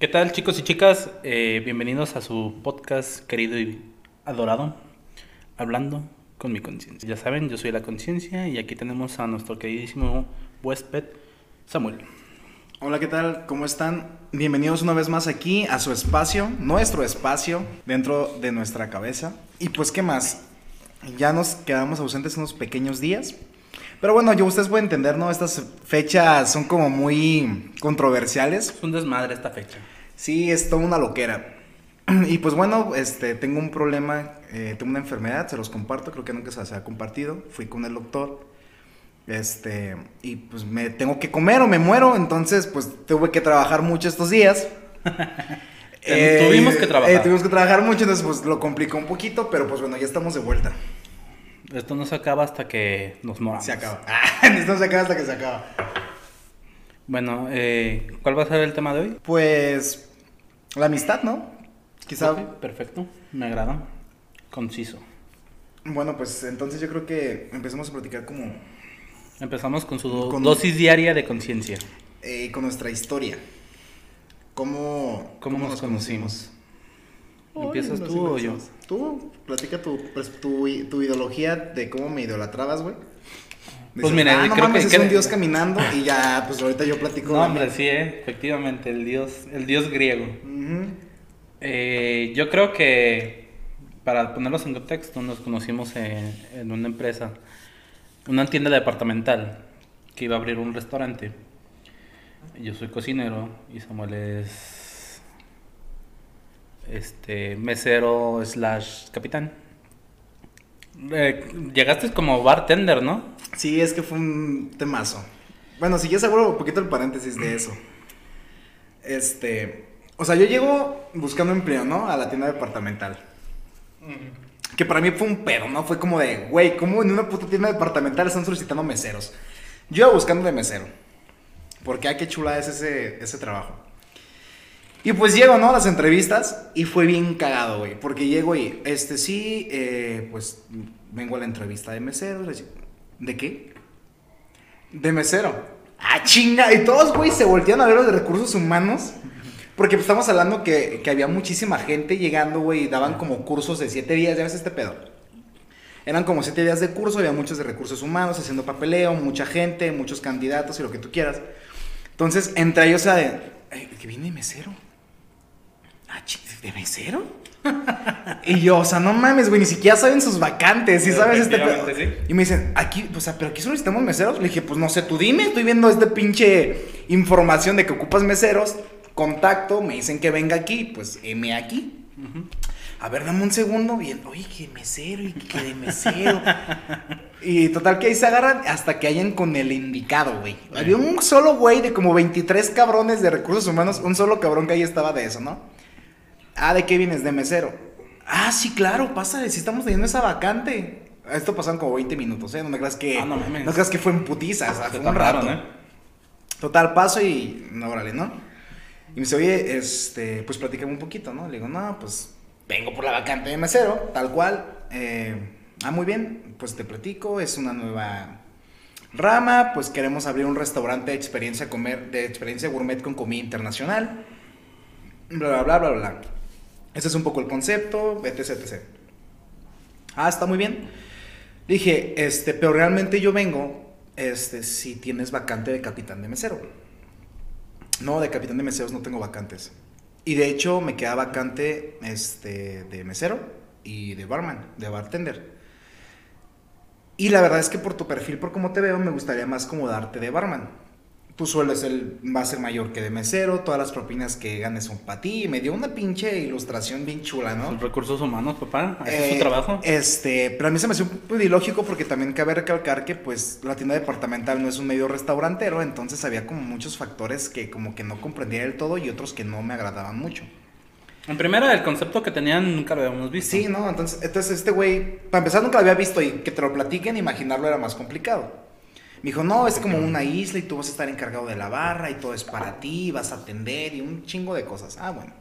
¿Qué tal, chicos y chicas? Bienvenidos a su podcast querido y adorado, Hablando con mi conciencia. Ya saben, yo soy la conciencia y aquí tenemos a nuestro queridísimo huésped, Samuel. Hola, ¿qué tal? ¿Cómo están? Bienvenidos una vez más aquí a su espacio, nuestro espacio, dentro de nuestra cabeza. Y pues, ¿qué más? Ya nos quedamos ausentes unos pequeños días. Pero bueno, ustedes pueden entender, ¿no? Estas fechas son como muy controversiales. Es un desmadre esta fecha. Sí, es toda una loquera. Y pues bueno, tengo un problema, tengo una enfermedad, se los comparto, creo que nunca se las había compartido. Fui con el doctor, y pues me tengo que comer o me muero, entonces pues tuve que trabajar mucho estos días. Tuvimos que trabajar. Tuvimos que trabajar mucho, entonces pues lo complicó un poquito, pero pues bueno, ya estamos de vuelta. Esto no se acaba hasta que nos moramos. Se acaba. Esto no se acaba hasta que se acaba. Bueno, ¿cuál va a ser el tema de hoy? Pues la amistad, ¿no? Quizá. Ok, perfecto, me agrada. Conciso. Bueno, pues entonces yo creo que empecemos a platicar como Empezamos con su Con- dosis diaria de conciencia. con nuestra historia. ¿Cómo nos conocimos? Ay, ¿Empiezas nos tú o yo? empezamos. Tú, platica tu ideología de cómo me idolatrabas, güey. Pues mira, no creo mames, que- es un dios caminando y ya, pues ahorita yo platico. No, hombre, sí, efectivamente, el dios griego. Ujú. Yo creo que, para ponerlos en contexto, nos conocimos en una empresa, una tienda departamental, que iba a abrir un restaurante. Yo soy cocinero y Samuel es mesero / capitán. Llegaste como bartender, ¿no? Sí, es que fue un temazo. Bueno, si quieres abro un poquito el paréntesis de eso. O sea, yo llego buscando empleo, ¿no? A la tienda departamental. Que para mí fue un pedo, ¿no? Fue como de, güey, ¿cómo en una puta tienda departamental están solicitando meseros? Yo iba buscando de mesero. Porque, qué chula es ese trabajo. Y pues llego, ¿no? A las entrevistas y fue bien cagado, güey. Porque llego y, pues vengo a la entrevista de mesero. ¿De qué? De mesero. ¡Ah, chinga! Y todos, güey, se voltean a ver los de recursos humanos. Porque pues, estamos hablando que había muchísima gente llegando, güey, y daban como cursos de 7 días, ¿ya ves este pedo? Eran como 7 días de curso, había muchos de recursos humanos haciendo papeleo, mucha gente, muchos candidatos y lo que tú quieras. Entonces, entre ellos, que viene de mesero. ¿De mesero? Y yo, o sea, no mames, güey, ni siquiera saben sus vacantes, ¿sí sabes este pedo? Sí. Y me dicen, aquí, o sea, ¿pero aquí solicitamos meseros? Le dije, pues no sé, tú dime, estoy viendo pinche información de que ocupas meseros, contacto, me dicen que venga aquí, pues heme aquí. Uh-huh. A ver, dame un segundo, bien, oye, que mesero y que de mesero. Y total que ahí se agarran hasta que hayan con el indicado, güey. Había un solo güey de como 23 cabrones de recursos humanos, un solo cabrón que ahí estaba de eso, ¿no? ¿De qué vienes? De mesero. Sí, claro, pásale, si estamos teniendo esa vacante. Esto pasaron como 20 minutos, ¿eh? No me creas que, no creas que fue en putiza, o sea, fue un rato. Total, paso y, no, órale, ¿no? Y me dice, oye, pues platícame un poquito, ¿no? Le digo, no, pues vengo por la vacante de mesero, tal cual. Muy bien, pues te platico, es una nueva rama, pues queremos abrir un restaurante de experiencia gourmet con comida internacional. Bla, bla, bla, bla, bla. Ese es un poco el concepto, etc, etc. Está muy bien. Dije, pero realmente yo vengo, si tienes vacante de capitán de mesero. No, de capitán de meseros no tengo vacantes. Y de hecho me queda vacante, de mesero y de barman, de bartender. Y la verdad es que por tu perfil, por cómo te veo, me gustaría más como darte de barman. Tu sueldo va a ser mayor que de mesero, todas las propinas que ganes son para ti. Y me dio una pinche ilustración bien chula, ¿no? Son recursos humanos, papá, es su trabajo. Pero a mí se me hace un poco ilógico porque también cabe recalcar que pues la tienda departamental no es un medio restaurantero, entonces había como muchos factores que como que no comprendía del todo y otros que no me agradaban mucho. En primera, el concepto que tenían nunca lo habíamos visto. Sí, ¿no? Entonces este güey, para empezar nunca lo había visto y que te lo platiquen, imaginarlo era más complicado. Me dijo, no, es como una isla y tú vas a estar encargado de la barra y todo es para ti, vas a atender y un chingo de cosas. Bueno.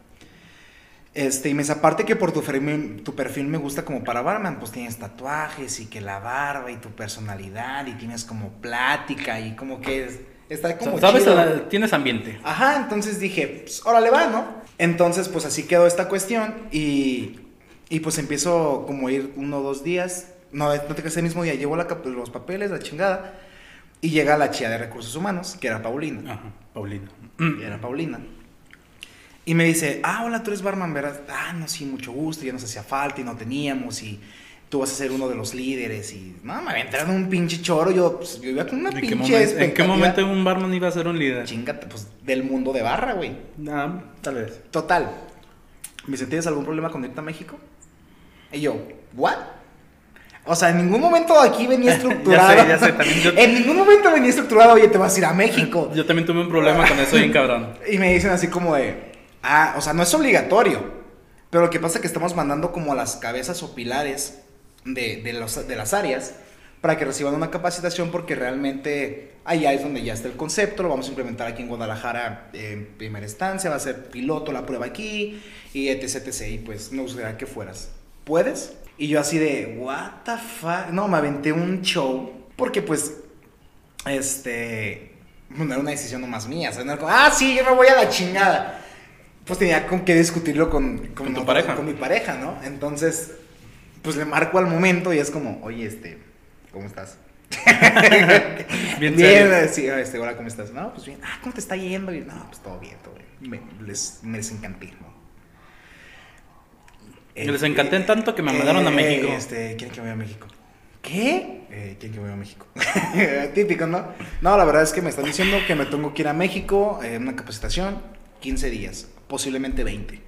Y me dice, aparte que por tu perfil me gusta como para barman, pues tienes tatuajes y que la barba y tu personalidad y tienes como plática y como que Está como ¿Sabes? chido. Tienes ambiente. Ajá, entonces dije, pues órale va, ¿no? Entonces, pues así quedó esta cuestión y pues empiezo como a ir 1 o 2 días. No te creas, ese mismo día llevo los papeles, la chingada. Y llega la chía de recursos humanos, que era Paulina. Ajá, Paulina. Era Paulina. Y me dice, hola, tú eres barman, ¿verdad? No, sí, mucho gusto, ya nos hacía falta y no teníamos y tú vas a ser uno de los líderes y... No, me aventaron un pinche choro, yo iba con una pinche expectativa. ¿En qué momento un barman iba a ser un líder? Chingate, pues, del mundo de barra, güey. Tal vez. Total. Me dice, ¿tienes algún problema con irte a México? Y yo, ¿what? O sea, en ningún momento aquí venía estructurado. Ya sé, también En ningún momento venía estructurado, oye, te vas a ir a México. Yo también tuve un problema con eso bien cabrón. Y me dicen así como de, o sea, no es obligatorio. Pero lo que pasa es que estamos mandando como a las cabezas o pilares de las áreas para que reciban una capacitación porque realmente allá es donde ya está el concepto, lo vamos a implementar aquí en Guadalajara en primera instancia, va a ser piloto la prueba aquí y etc, etc. Y pues me gustaría que fueras. ¿Puedes? Y yo así de, what the fuck. No, me aventé un show porque pues, no era una decisión nomás mía. O sea, no era como, sí, yo me voy a la chingada. Pues tenía con qué discutirlo con tu pareja. Con mi pareja, ¿no? Entonces, pues le marco al momento y es como, oye, ¿cómo estás? Bien, sí, hola, ¿cómo estás? No, pues bien. ¿Cómo te está yendo? Y, no, pues todo bien, todo bien. Me desencanté, ¿no? Les encanté tanto que me mandaron a México. ¿Quieren que me vaya a México? ¿Qué? ¿Quieren que me vaya a México? Típico, ¿no? No, la verdad es que me están diciendo que me tengo que ir a México en una capacitación, 15 días, posiblemente 20.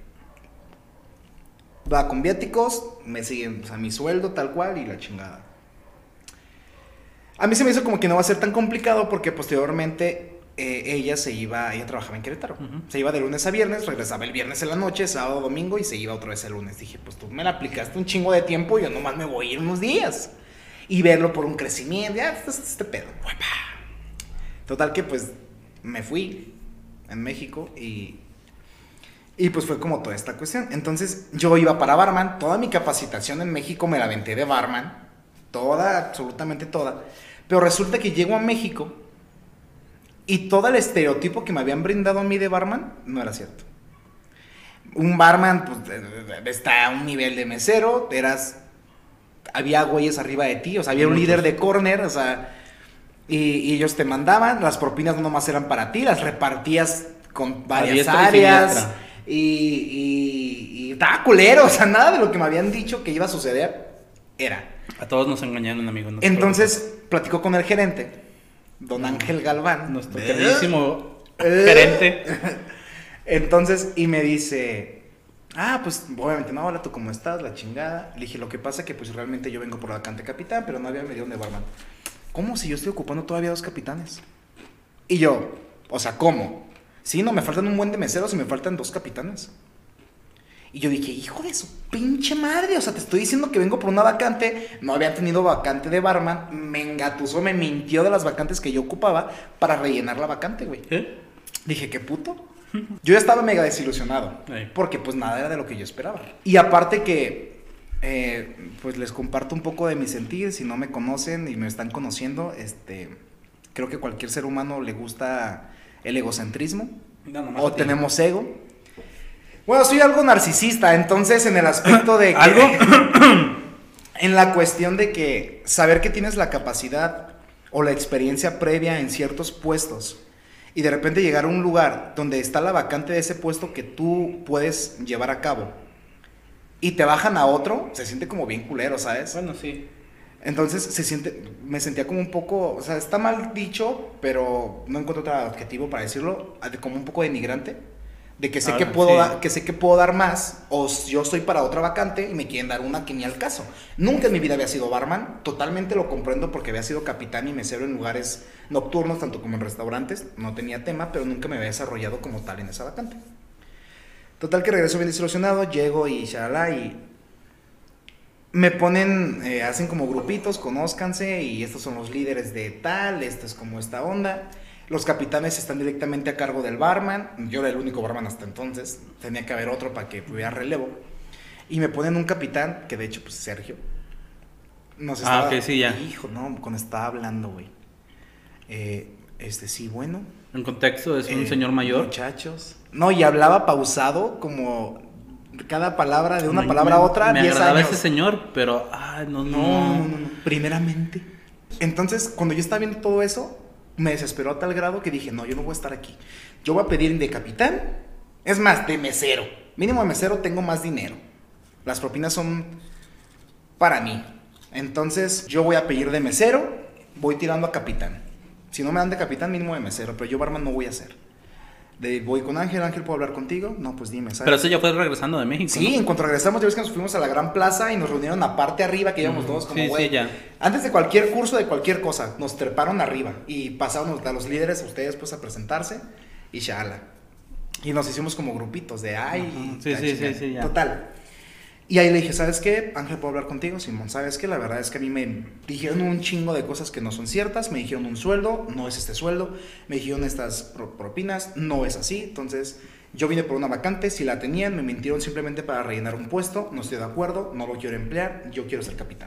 Va con viáticos, me siguen, o sea, mi sueldo tal cual y la chingada. A mí se me hizo como que no va a ser tan complicado porque posteriormente ella trabajaba en Querétaro. Se iba de lunes a viernes, regresaba el viernes en la noche, sábado, domingo y se iba otra vez el lunes. Dije, pues tú me la aplicaste un chingo de tiempo, yo nomás me voy a ir unos días. Y verlo por un crecimiento, ya, este pedo. Total que pues me fui en México y pues fue como toda esta cuestión. Entonces yo iba para barman, toda mi capacitación en México me la aventé de barman. Toda, absolutamente toda. Pero resulta que llego a México y todo el estereotipo que me habían brindado a mí de barman no era cierto. Un barman, pues, está a un nivel de mesero, había güeyes arriba de ti, o sea, había un líder de corner, o sea, y ellos te mandaban, las propinas no nomás eran para ti, las repartías con varias áreas, y estaba culero, o sea, nada de lo que me habían dicho que iba a suceder era. A todos nos engañaron, amigo. No Entonces, platicó con el gerente, don Ángel Galván. Nuestro queridísimo gerente. Entonces, y me dice, pues obviamente, no, hola, ¿tú cómo estás? La chingada. Le dije, lo que pasa que pues realmente yo vengo por la vacante capitán, pero no había medión de barman. ¿Cómo? Si yo estoy ocupando todavía 2 capitanes. Y yo, o sea, ¿cómo? Sí, no, me faltan un buen de meseros y me faltan 2 capitanes. Y yo dije, hijo de su pinche madre, o sea, te estoy diciendo que vengo por una vacante, no había tenido vacante de barman, me engatusó, me mintió de las vacantes que yo ocupaba para rellenar la vacante, güey. Dije, ¿qué puto? Yo ya estaba mega desilusionado, porque pues nada era de lo que yo esperaba. Y aparte que, pues les comparto un poco de mi sentir, si no me conocen y me están conociendo, creo que cualquier ser humano le gusta el egocentrismo, o tenemos ego. Bueno, soy algo narcisista, entonces en el aspecto de que... ¿Algo? En la cuestión de que saber que tienes la capacidad o la experiencia previa en ciertos puestos y de repente llegar a un lugar donde está la vacante de ese puesto que tú puedes llevar a cabo y te bajan a otro, se siente como bien culero, ¿sabes? Bueno, sí. Entonces me sentía como un poco, o sea, está mal dicho, pero no encuentro otro adjetivo para decirlo, como un poco denigrante. De que sé que puedo dar más, o yo estoy para otra vacante y me quieren dar una que ni al caso. Nunca en mi vida había sido barman, totalmente lo comprendo porque había sido capitán y mesero en lugares nocturnos, tanto como en restaurantes, no tenía tema, pero nunca me había desarrollado como tal en esa vacante. Total que regreso bien desilusionado, llego y shalala y me ponen, hacen como grupitos, conózcanse y estos son los líderes de tal, esto es como esta onda. Los capitanes están directamente a cargo del barman. Yo era el único barman hasta entonces. Tenía que haber otro para que hubiera relevo. Y me ponen un capitán, que de hecho, pues Sergio. Nos estaba, ok, sí, ya. Hijo, no, cuando estaba hablando, güey. Sí, bueno. En contexto, es un señor mayor. Muchachos. No, y hablaba pausado, como cada palabra, de una Me- palabra a otra, Me 10 agradaba años. ese señor, pero, ay, No. Primeramente. Entonces, cuando yo estaba viendo todo eso, me desesperó a tal grado que dije, no, yo no voy a estar aquí. Yo voy a pedir de capitán, es más, de mesero. Mínimo de mesero tengo más dinero. Las propinas son para mí. Entonces, yo voy a pedir de mesero, voy tirando a capitán. Si no me dan de capitán, mínimo de mesero, pero yo barman no voy a hacer. Voy con Ángel, Ángel, ¿puedo hablar contigo? No, pues dime, ¿sabes? Pero eso ya fue regresando de México. Sí, ¿no? en cuanto regresamos, ya ves que nos fuimos a la gran plaza y nos reunieron aparte arriba, que íbamos todos como, Sí, güey. sí, ya. Antes de cualquier curso, de cualquier cosa, nos treparon arriba y pasaron a los líderes, a ustedes, pues, a presentarse y shala. Y nos hicimos como grupitos de, ay, Sí, sí, ya. Total. Y ahí le dije, ¿sabes qué? Ángel, ¿puedo hablar contigo? Simón, ¿sabes qué? La verdad es que a mí me dijeron un chingo de cosas que no son ciertas. Me dijeron un sueldo, no es este sueldo. Me dijeron estas propinas, no es así. Entonces, yo vine por una vacante, si la tenían, me mintieron simplemente para rellenar un puesto. No estoy de acuerdo, no lo quiero emplear, yo quiero ser capitán.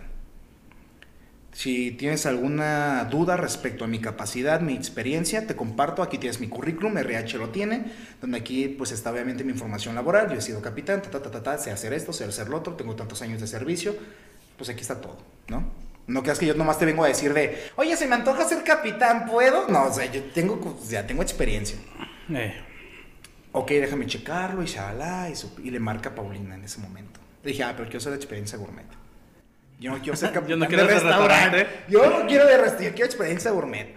Si tienes alguna duda respecto a mi capacidad, mi experiencia, te comparto, aquí tienes mi currículum, RH lo tiene, donde aquí pues está obviamente mi información laboral, yo he sido capitán, sé hacer esto, sé hacer lo otro, tengo tantos años de servicio, pues aquí está todo, ¿no? No creas que yo nomás te vengo a decir de, oye, se me antoja ser capitán, ¿puedo? No, o sea, yo ya tengo experiencia. Ok, déjame checarlo y shalala, y le marca a Paulina en ese momento. Le dije, pero quiero hacer la experiencia gourmet. Yo no quiero ser capitán Yo no quiero de ser restaurante. restaurante. Yo no quiero de restaurante, yo quiero experiencia gourmet.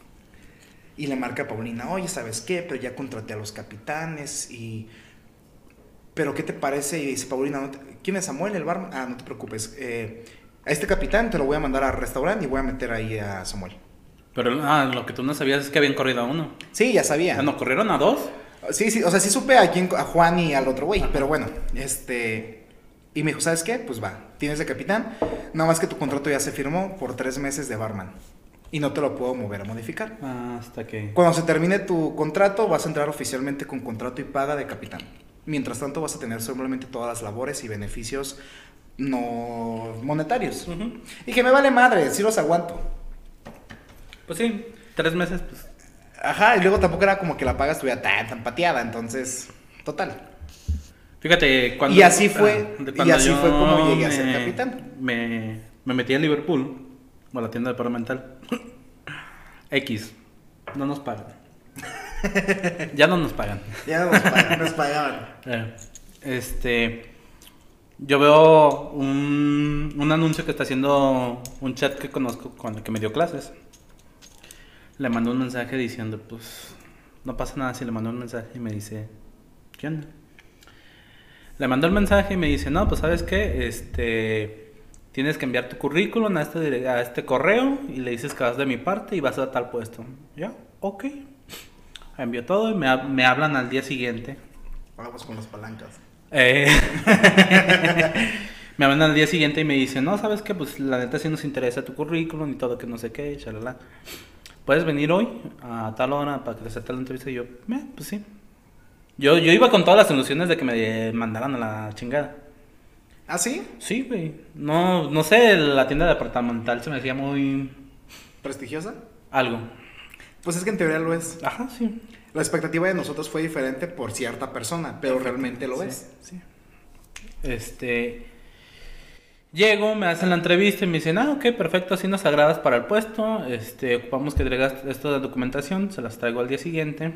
Y le marca a Paulina, oye, ¿sabes qué? Pero ya contraté a los capitanes y... ¿Pero qué te parece? Y dice Paulina, ¿quién es Samuel, el barman? Ah, no te preocupes. A este capitán te lo voy a mandar al restaurante y voy a meter ahí a Samuel. Pero lo que tú no sabías es que habían corrido a uno. Sí, ya sabía. ¿No corrieron a dos? Sí, o sea, sí supe a Juan y al otro güey, pero bueno, Y me dijo, ¿sabes qué? Pues va, tienes de capitán, nada más que tu contrato ya se firmó por 3 meses de barman. Y no te lo puedo mover a modificar. Hasta que... Cuando se termine tu contrato, vas a entrar oficialmente con contrato y paga de capitán. Mientras tanto, vas a tener solamente todas las labores y beneficios no monetarios. Y que me vale madre, sí los aguanto. Pues sí, 3 meses, pues... Ajá, y luego tampoco era como que la paga estuviera tan pateada, entonces, total. Fíjate, cuando... Y así fue, cuando yo fue como llegué a ser capitán. Me metí a Liverpool, o a la tienda departamental. X, no nos pagan. Ya no nos pagan. Ya nos pagaban. Yo veo un anuncio que está haciendo un chat que conozco con el que me dio clases. Le mandó un mensaje diciendo, pues, no pasa nada si le mando un mensaje y me dice, ¿qué onda? Le mandó el mensaje y me dice, no, pues, ¿sabes qué? Tienes que enviar tu currículum a este correo y le dices que vas de mi parte y vas a tal puesto. Ya, ok. Envió todo y me hablan al día siguiente. Vamos con las palancas. Me hablan al día siguiente y me dicen, no, ¿sabes qué? Pues la neta sí nos interesa tu currículum y todo, que no sé qué, chalala. ¿Puedes venir hoy a tal hora para que te acepte la entrevista? Y yo, pues sí. Yo iba con todas las ilusiones de que me mandaran a la chingada. ¿Ah, sí? Sí, güey. No sé, la tienda departamental se me hacía muy... ¿Prestigiosa? Algo. Pues es que en teoría lo es. Ajá, sí. La expectativa de nosotros fue diferente por cierta persona, pero realmente lo es. Sí. Llego, me hacen la entrevista y me dicen, ok, perfecto, así nos agradas para el puesto, ocupamos que traigas esto de documentación, se las traigo al día siguiente.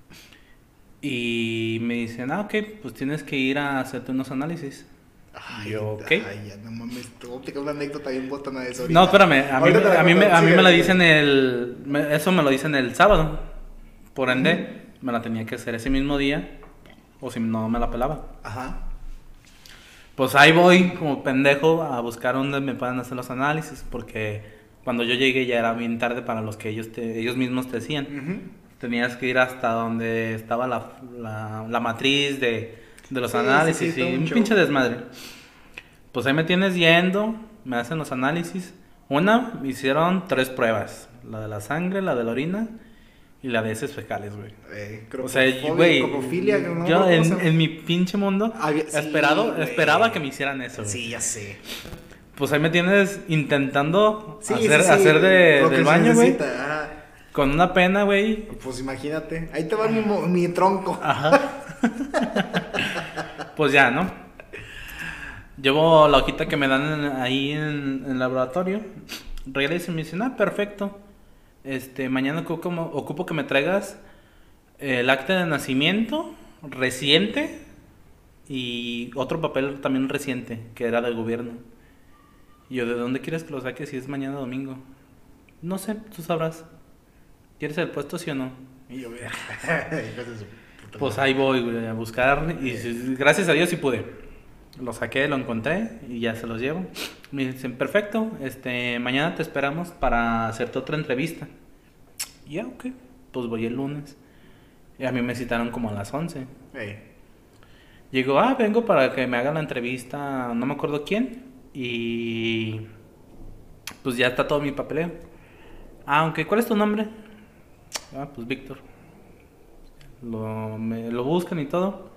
Y me dicen, ok, pues tienes que ir a hacerte unos análisis. Ay, yo, ok. Ay, ya no mames, tengo que una anécdota bien botana de eso ahorita. No, espérame, a mí me la dicen sigue. eso me lo dicen el sábado. Por ende, me la tenía que hacer ese mismo día, o si no me la pelaba. Ajá. Pues ahí voy como pendejo a buscar dónde me puedan hacer los análisis, porque cuando yo llegué ya era bien tarde para los que ellos mismos te decían. Tenías que ir hasta donde estaba la matriz de los análisis y un pinche desmadre. Pues ahí me tienes yendo, me hacen los análisis. Me hicieron 3 pruebas, la de la sangre, la de la orina y la de heces fecales, güey. O sea, güey, ¿no? Yo en mi pinche mundo sí, esperaba que me hicieran eso, güey. Sí, ya sé. Pues ahí me tienes intentando hacer del baño, güey. con una pena, güey. Pues imagínate, ahí te va mi tronco. Ajá. Pues ya, ¿no? Llevo la hojita que me dan ahí en el laboratorio. Regreso y me dicen, perfecto. Mañana ocupo que me traigas el acta de nacimiento reciente y otro papel también reciente, que era del gobierno. Y yo, ¿de dónde quieres que lo saque si es mañana domingo? No sé, tú sabrás. ¿Quieres el puesto, sí o no? Y yo, pues ahí voy, güey, a buscar. Y gracias a Dios sí pude. Lo saqué, lo encontré y ya se los llevo. Me dicen, perfecto, mañana te esperamos para hacerte otra entrevista. Y ya, ok, pues voy el lunes. Y a mí me citaron como a las 11. Hey. Llego, vengo para que me hagan la entrevista, no me acuerdo quién. Y pues ya está todo mi papeleo. Ok, ¿cuál es tu nombre? Pues Víctor. Lo buscan y todo.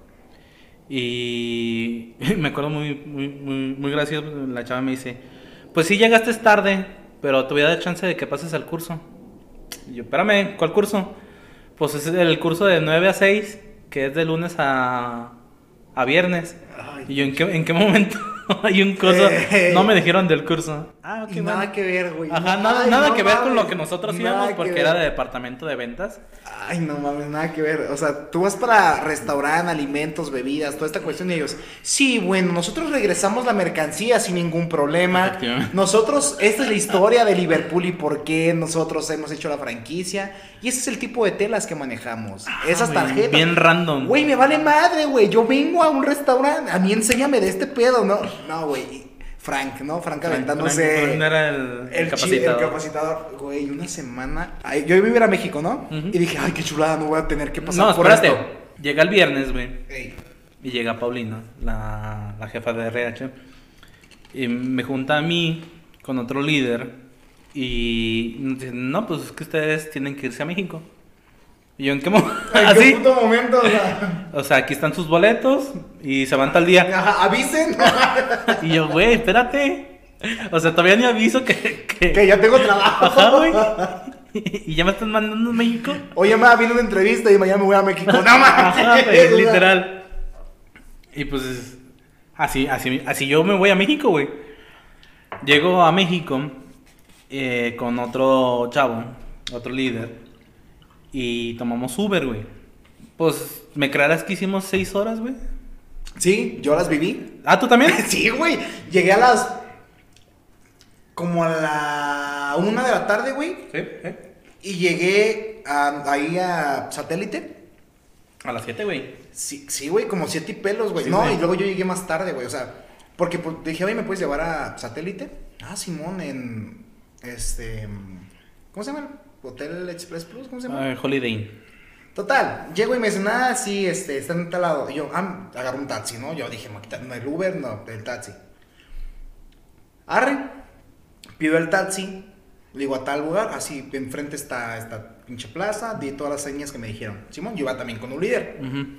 Y me acuerdo muy gracioso. La chava me dice, pues sí llegaste tarde, pero te voy a dar chance de que pases al curso. Y yo, espérame, ¿cuál curso? Pues es el curso de 9 a 6, que es de lunes a viernes. Ay, y yo, ¿en qué momento hay un curso? No me dijeron del curso. Ok, nada que ver, güey. Ajá, nada que ver con lo que nosotros íbamos, porque era de departamento de ventas. Ay, no mames, nada que ver. O sea, tú vas para restaurante, alimentos, bebidas, toda esta cuestión y ellos, sí, bueno, nosotros regresamos la mercancía sin ningún problema. Nosotros, esta es la historia de Liverpool y por qué nosotros hemos hecho la franquicia. Y ese es el tipo de telas que manejamos. Esas tarjetas. Bien random. Güey, me vale madre, güey. Yo vengo a un restaurante, a mí enséñame de este pedo, ¿no? No, güey. Frank, ¿no? Frank aventándose. Frank era el capacitador. El capacitador. Güey, una semana. Yo iba a ir a México, ¿no? Y dije, ay, qué chulada, no voy a tener que pasar por esto. Llega el viernes, güey. Y llega Paulina, la jefa de RH. Y me junta a mí con otro líder. Y dicen, no, pues es que ustedes tienen que irse a México. Y yo, ¿en qué momento? ¿En qué puto momento? O sea, aquí están sus boletos y se van tal día. Ajá, avisen. Y yo, güey, espérate. O sea, todavía ni aviso que ya tengo trabajo. Ajá, güey. Y ya me están mandando a México. Oye, vino una entrevista y mañana me voy a México. No mames. Ajá, güey, literal. Y pues así yo me voy a México, güey. Llego a México con otro chavo, otro líder. Y tomamos Uber, güey. Pues, ¿me creerás que hicimos 6 horas, güey? Sí, yo las viví. ¿Tú también? Sí, güey. Llegué como a la 1 de la tarde, güey. Sí. Y llegué ahí a Satélite. A las 7, güey. Sí, güey, como 7 y pelos, güey. Sí, no, güey. Y luego yo llegué más tarde, güey. O sea, porque pues, dije, oye, ¿me puedes llevar a Satélite? Simón, en ¿cómo se llama? Hotel Express Plus, ¿cómo se llama? Holiday Inn. Total, llego y me dicen, sí, está en tal lado. Y yo, agarro un taxi, ¿no? Yo dije, no, el Uber, no, el taxi. Arre, pido el taxi, le digo a tal lugar, así, enfrente está esta pinche plaza, di todas las señas que me dijeron. Simón, yo iba también con un líder.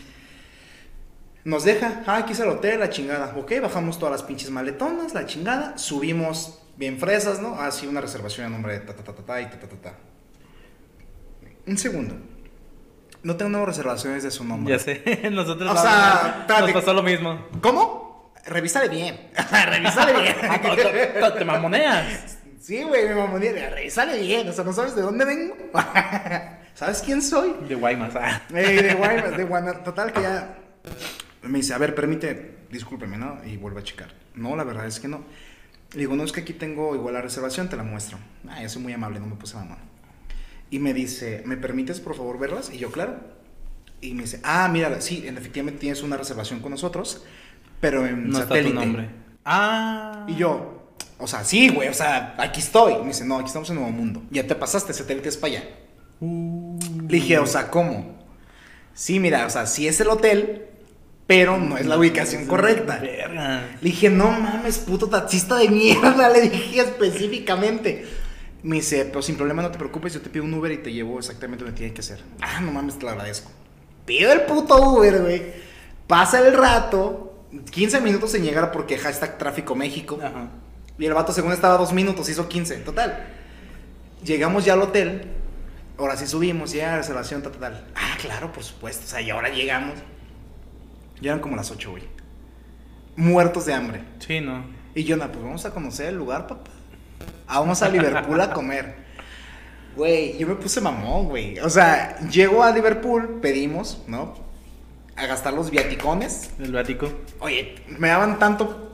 Nos deja, aquí es el hotel, la chingada. Ok, bajamos todas las pinches maletonas, la chingada, subimos bien fresas, ¿no? Sí, una reservación a nombre de ta. Un segundo. No tengo nuevas reservaciones de su nombre. Ya sé, nosotros o sea, nos pasó lo mismo. ¿Cómo? Revísale bien. Revísale bien. ¿Te mamoneas? Sí, güey, me mamonea. Revísale bien. O sea, ¿no sabes de dónde vengo? ¿Sabes quién soy? De Guaymas. De Guaymas. Total, que ya me dice, a ver, discúlpeme, ¿no? Y vuelvo a checar. No, la verdad es que no. Le digo, no, es que aquí tengo igual la reservación, te la muestro. Yo soy muy amable, no me puse la mano. Y me dice, ¿me permites por favor verlas? Y yo, claro. Y me dice, mira, sí, efectivamente tienes una reservación con nosotros, pero en no Satélite. Está tu nombre. Y yo, o sea, sí, güey, o sea, aquí estoy. Y me dice, no, aquí estamos en Nuevo Mundo. Ya te pasaste, Satélite es para allá. Le dije, o sea, ¿cómo? Sí, mira, o sea, sí es el hotel, pero no es la ubicación correcta. Verga. Le dije, no mames, puto taxista de mierda, le dije específicamente. Me dice, pero sin problema, no te preocupes, yo te pido un Uber y te llevo exactamente donde tiene que ser. No mames, te lo agradezco. Pido el puto Uber, güey. Pasa el rato, 15 minutos en llegar porque hashtag Tráfico México. Ajá. Y el vato según estaba 2 minutos, hizo 15. Total. Llegamos ya al hotel Ahora sí subimos, ya, reservación, tal. Ah, claro, por supuesto. O sea, y ahora llegamos. Ya eran como las 8, güey. Muertos de hambre. Sí, no. Y yo, pues vamos a conocer el lugar, papá. Vamos a Liverpool a comer. Güey, yo me puse mamón, güey. O sea, llego a Liverpool, pedimos, ¿no? A gastar los viaticones. El viático. Oye, me daban tanto...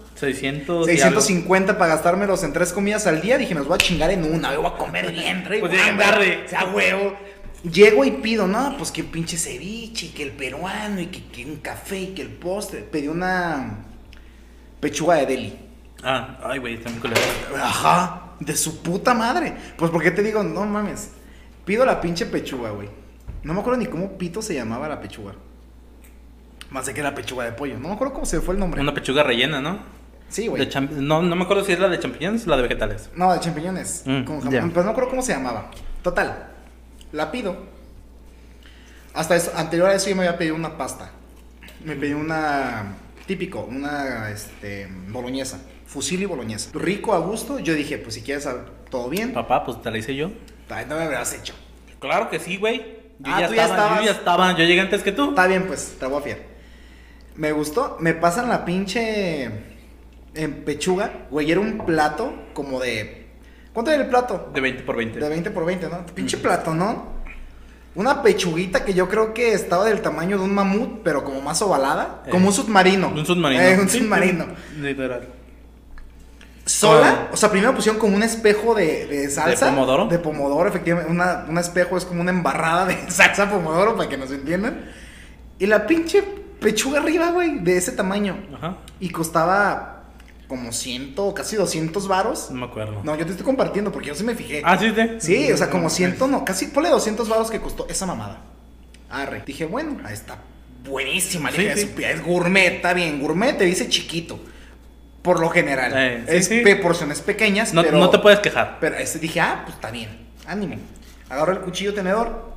650 para gastármelos en 3 comidas al día. Dije, me los voy a chingar en una. Yo voy a comer bien, rey. Pues llegan tarde. O sea, huevo. Llego y pido, no, pues que pinche ceviche, que el peruano, y que un café, y que el postre. Pedí una pechuga de deli. Ay, güey, está muy culero. Ajá, de su puta madre. Pues porque te digo, no mames. Pido la pinche pechuga, güey. No me acuerdo ni cómo pito se llamaba la pechuga. Más de que era pechuga de pollo. No me acuerdo cómo se fue el nombre. Una pechuga rellena, ¿no? Sí, güey. No me acuerdo si es la de champiñones o la de vegetales. No, de champiñones. Con jamón. Ya. Pero no me acuerdo cómo se llamaba. Total. La pido. Hasta eso, anterior a eso yo me había pedido una pasta. Me pedí una típico, una boloñesa. Fusilli boloñesa. Rico, a gusto. Yo dije, pues si quieres todo bien. Papá, pues te la hice yo. Ay, no me habrás hecho. Claro que sí, güey. Tú ya estabas. Yo llegué antes que tú. Está bien, pues, te voy a fiar. Me gustó. Me pasan la pinche pechuga. Güey, era un plato como de... ¿Cuánto era el plato? De 20 por 20. De 20 por 20, ¿no? Pinche plato, ¿no? Una pechuguita que yo creo que estaba del tamaño de un mamut, pero como más ovalada. Como un submarino. Un submarino. Un submarino. Literal. Sola, o sea, primero pusieron como un espejo de salsa. ¿De pomodoro? De pomodoro, efectivamente. Un espejo es como una embarrada de salsa pomodoro, para que nos entiendan. Y la pinche pechuga arriba, güey, de ese tamaño. Ajá. Y costaba como 100, casi 200 varos. No me acuerdo. No, yo te estoy compartiendo porque yo sí me fijé. Ah, sí, Sí, o sea, como 100, no, casi ponle 200 varos que costó esa mamada. Arre. Dije, bueno, ahí está buenísima. Sí, Dije, sí. es gourmet, está bien. Gourmet te dice chiquito. Por lo general. Sí, es sí. porciones pequeñas, No, pero... no te puedes quejar. Pero dije, pues está bien. Ánimo. Agarro el cuchillo tenedor.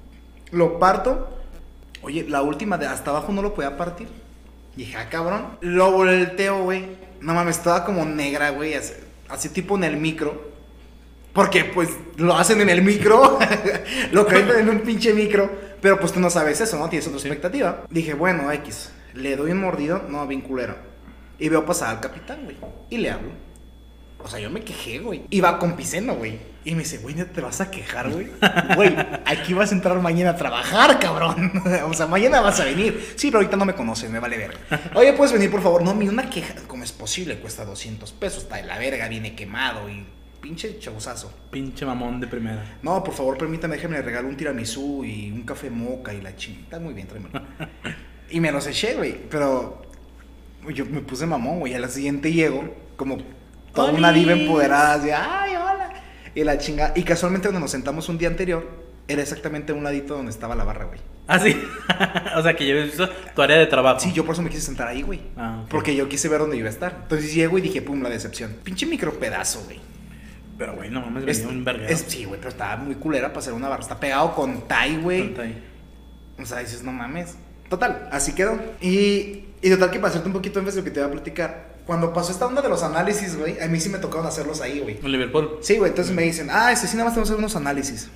Lo parto. Oye, la última de hasta abajo no lo podía partir. Dije, cabrón. Lo volteo, güey. No mames, estaba como negra, güey. Así tipo en el micro. Porque pues lo hacen en el micro. Lo calientan en un pinche micro. Pero pues tú no sabes eso, ¿no? Tienes otra expectativa. Dije, bueno, X. Le doy un mordido. No, bien culero. Y veo pasar al capitán, güey. Y le hablo. O sea, yo me quejé, güey. Iba con Piceno, güey. Y me dice, güey, ¿no te vas a quejar, güey? Güey, aquí vas a entrar mañana a trabajar, cabrón. O sea, mañana vas a venir. Sí, pero ahorita no me conoces, me vale verga. Oye, ¿puedes venir, por favor? No, mira, una queja. ¿Cómo es posible? Cuesta 200 pesos. Está de la verga, viene quemado y pinche chauzazo. Pinche mamón de primera. No, por favor, permítame, déjame le regalo un tiramisú y un café moca y la chingada. Está muy bien, tráemelo. Y me los eché, güey. Pero yo me puse mamón, güey. A la siguiente llego como toda una diva empoderada. Así, ay, hola. Y la chingada. Y casualmente cuando nos sentamos un día anterior, era exactamente a un ladito donde estaba la barra, güey. Ah, sí. O sea, que lleves tu área de trabajo. Sí, yo por eso me quise sentar ahí, güey. Ah, ok. Porque yo quise ver dónde iba a estar. Entonces llego y dije, pum, la decepción. Pinche micro pedazo, güey. Pero, güey, no mames, venía un verga. Sí, güey, pero estaba muy culera para hacer una barra. Está pegado con Tai, güey. Tonta ahí. O sea, dices, no mames. Total, así quedó. Y total que para hacerte un poquito de énfasis lo que te voy a platicar. Cuando pasó esta onda de los análisis, güey, a mí sí me tocaron hacerlos ahí, güey. En Liverpool. Sí, güey, entonces me dicen, sí, nada más tenemos que hacer unos análisis.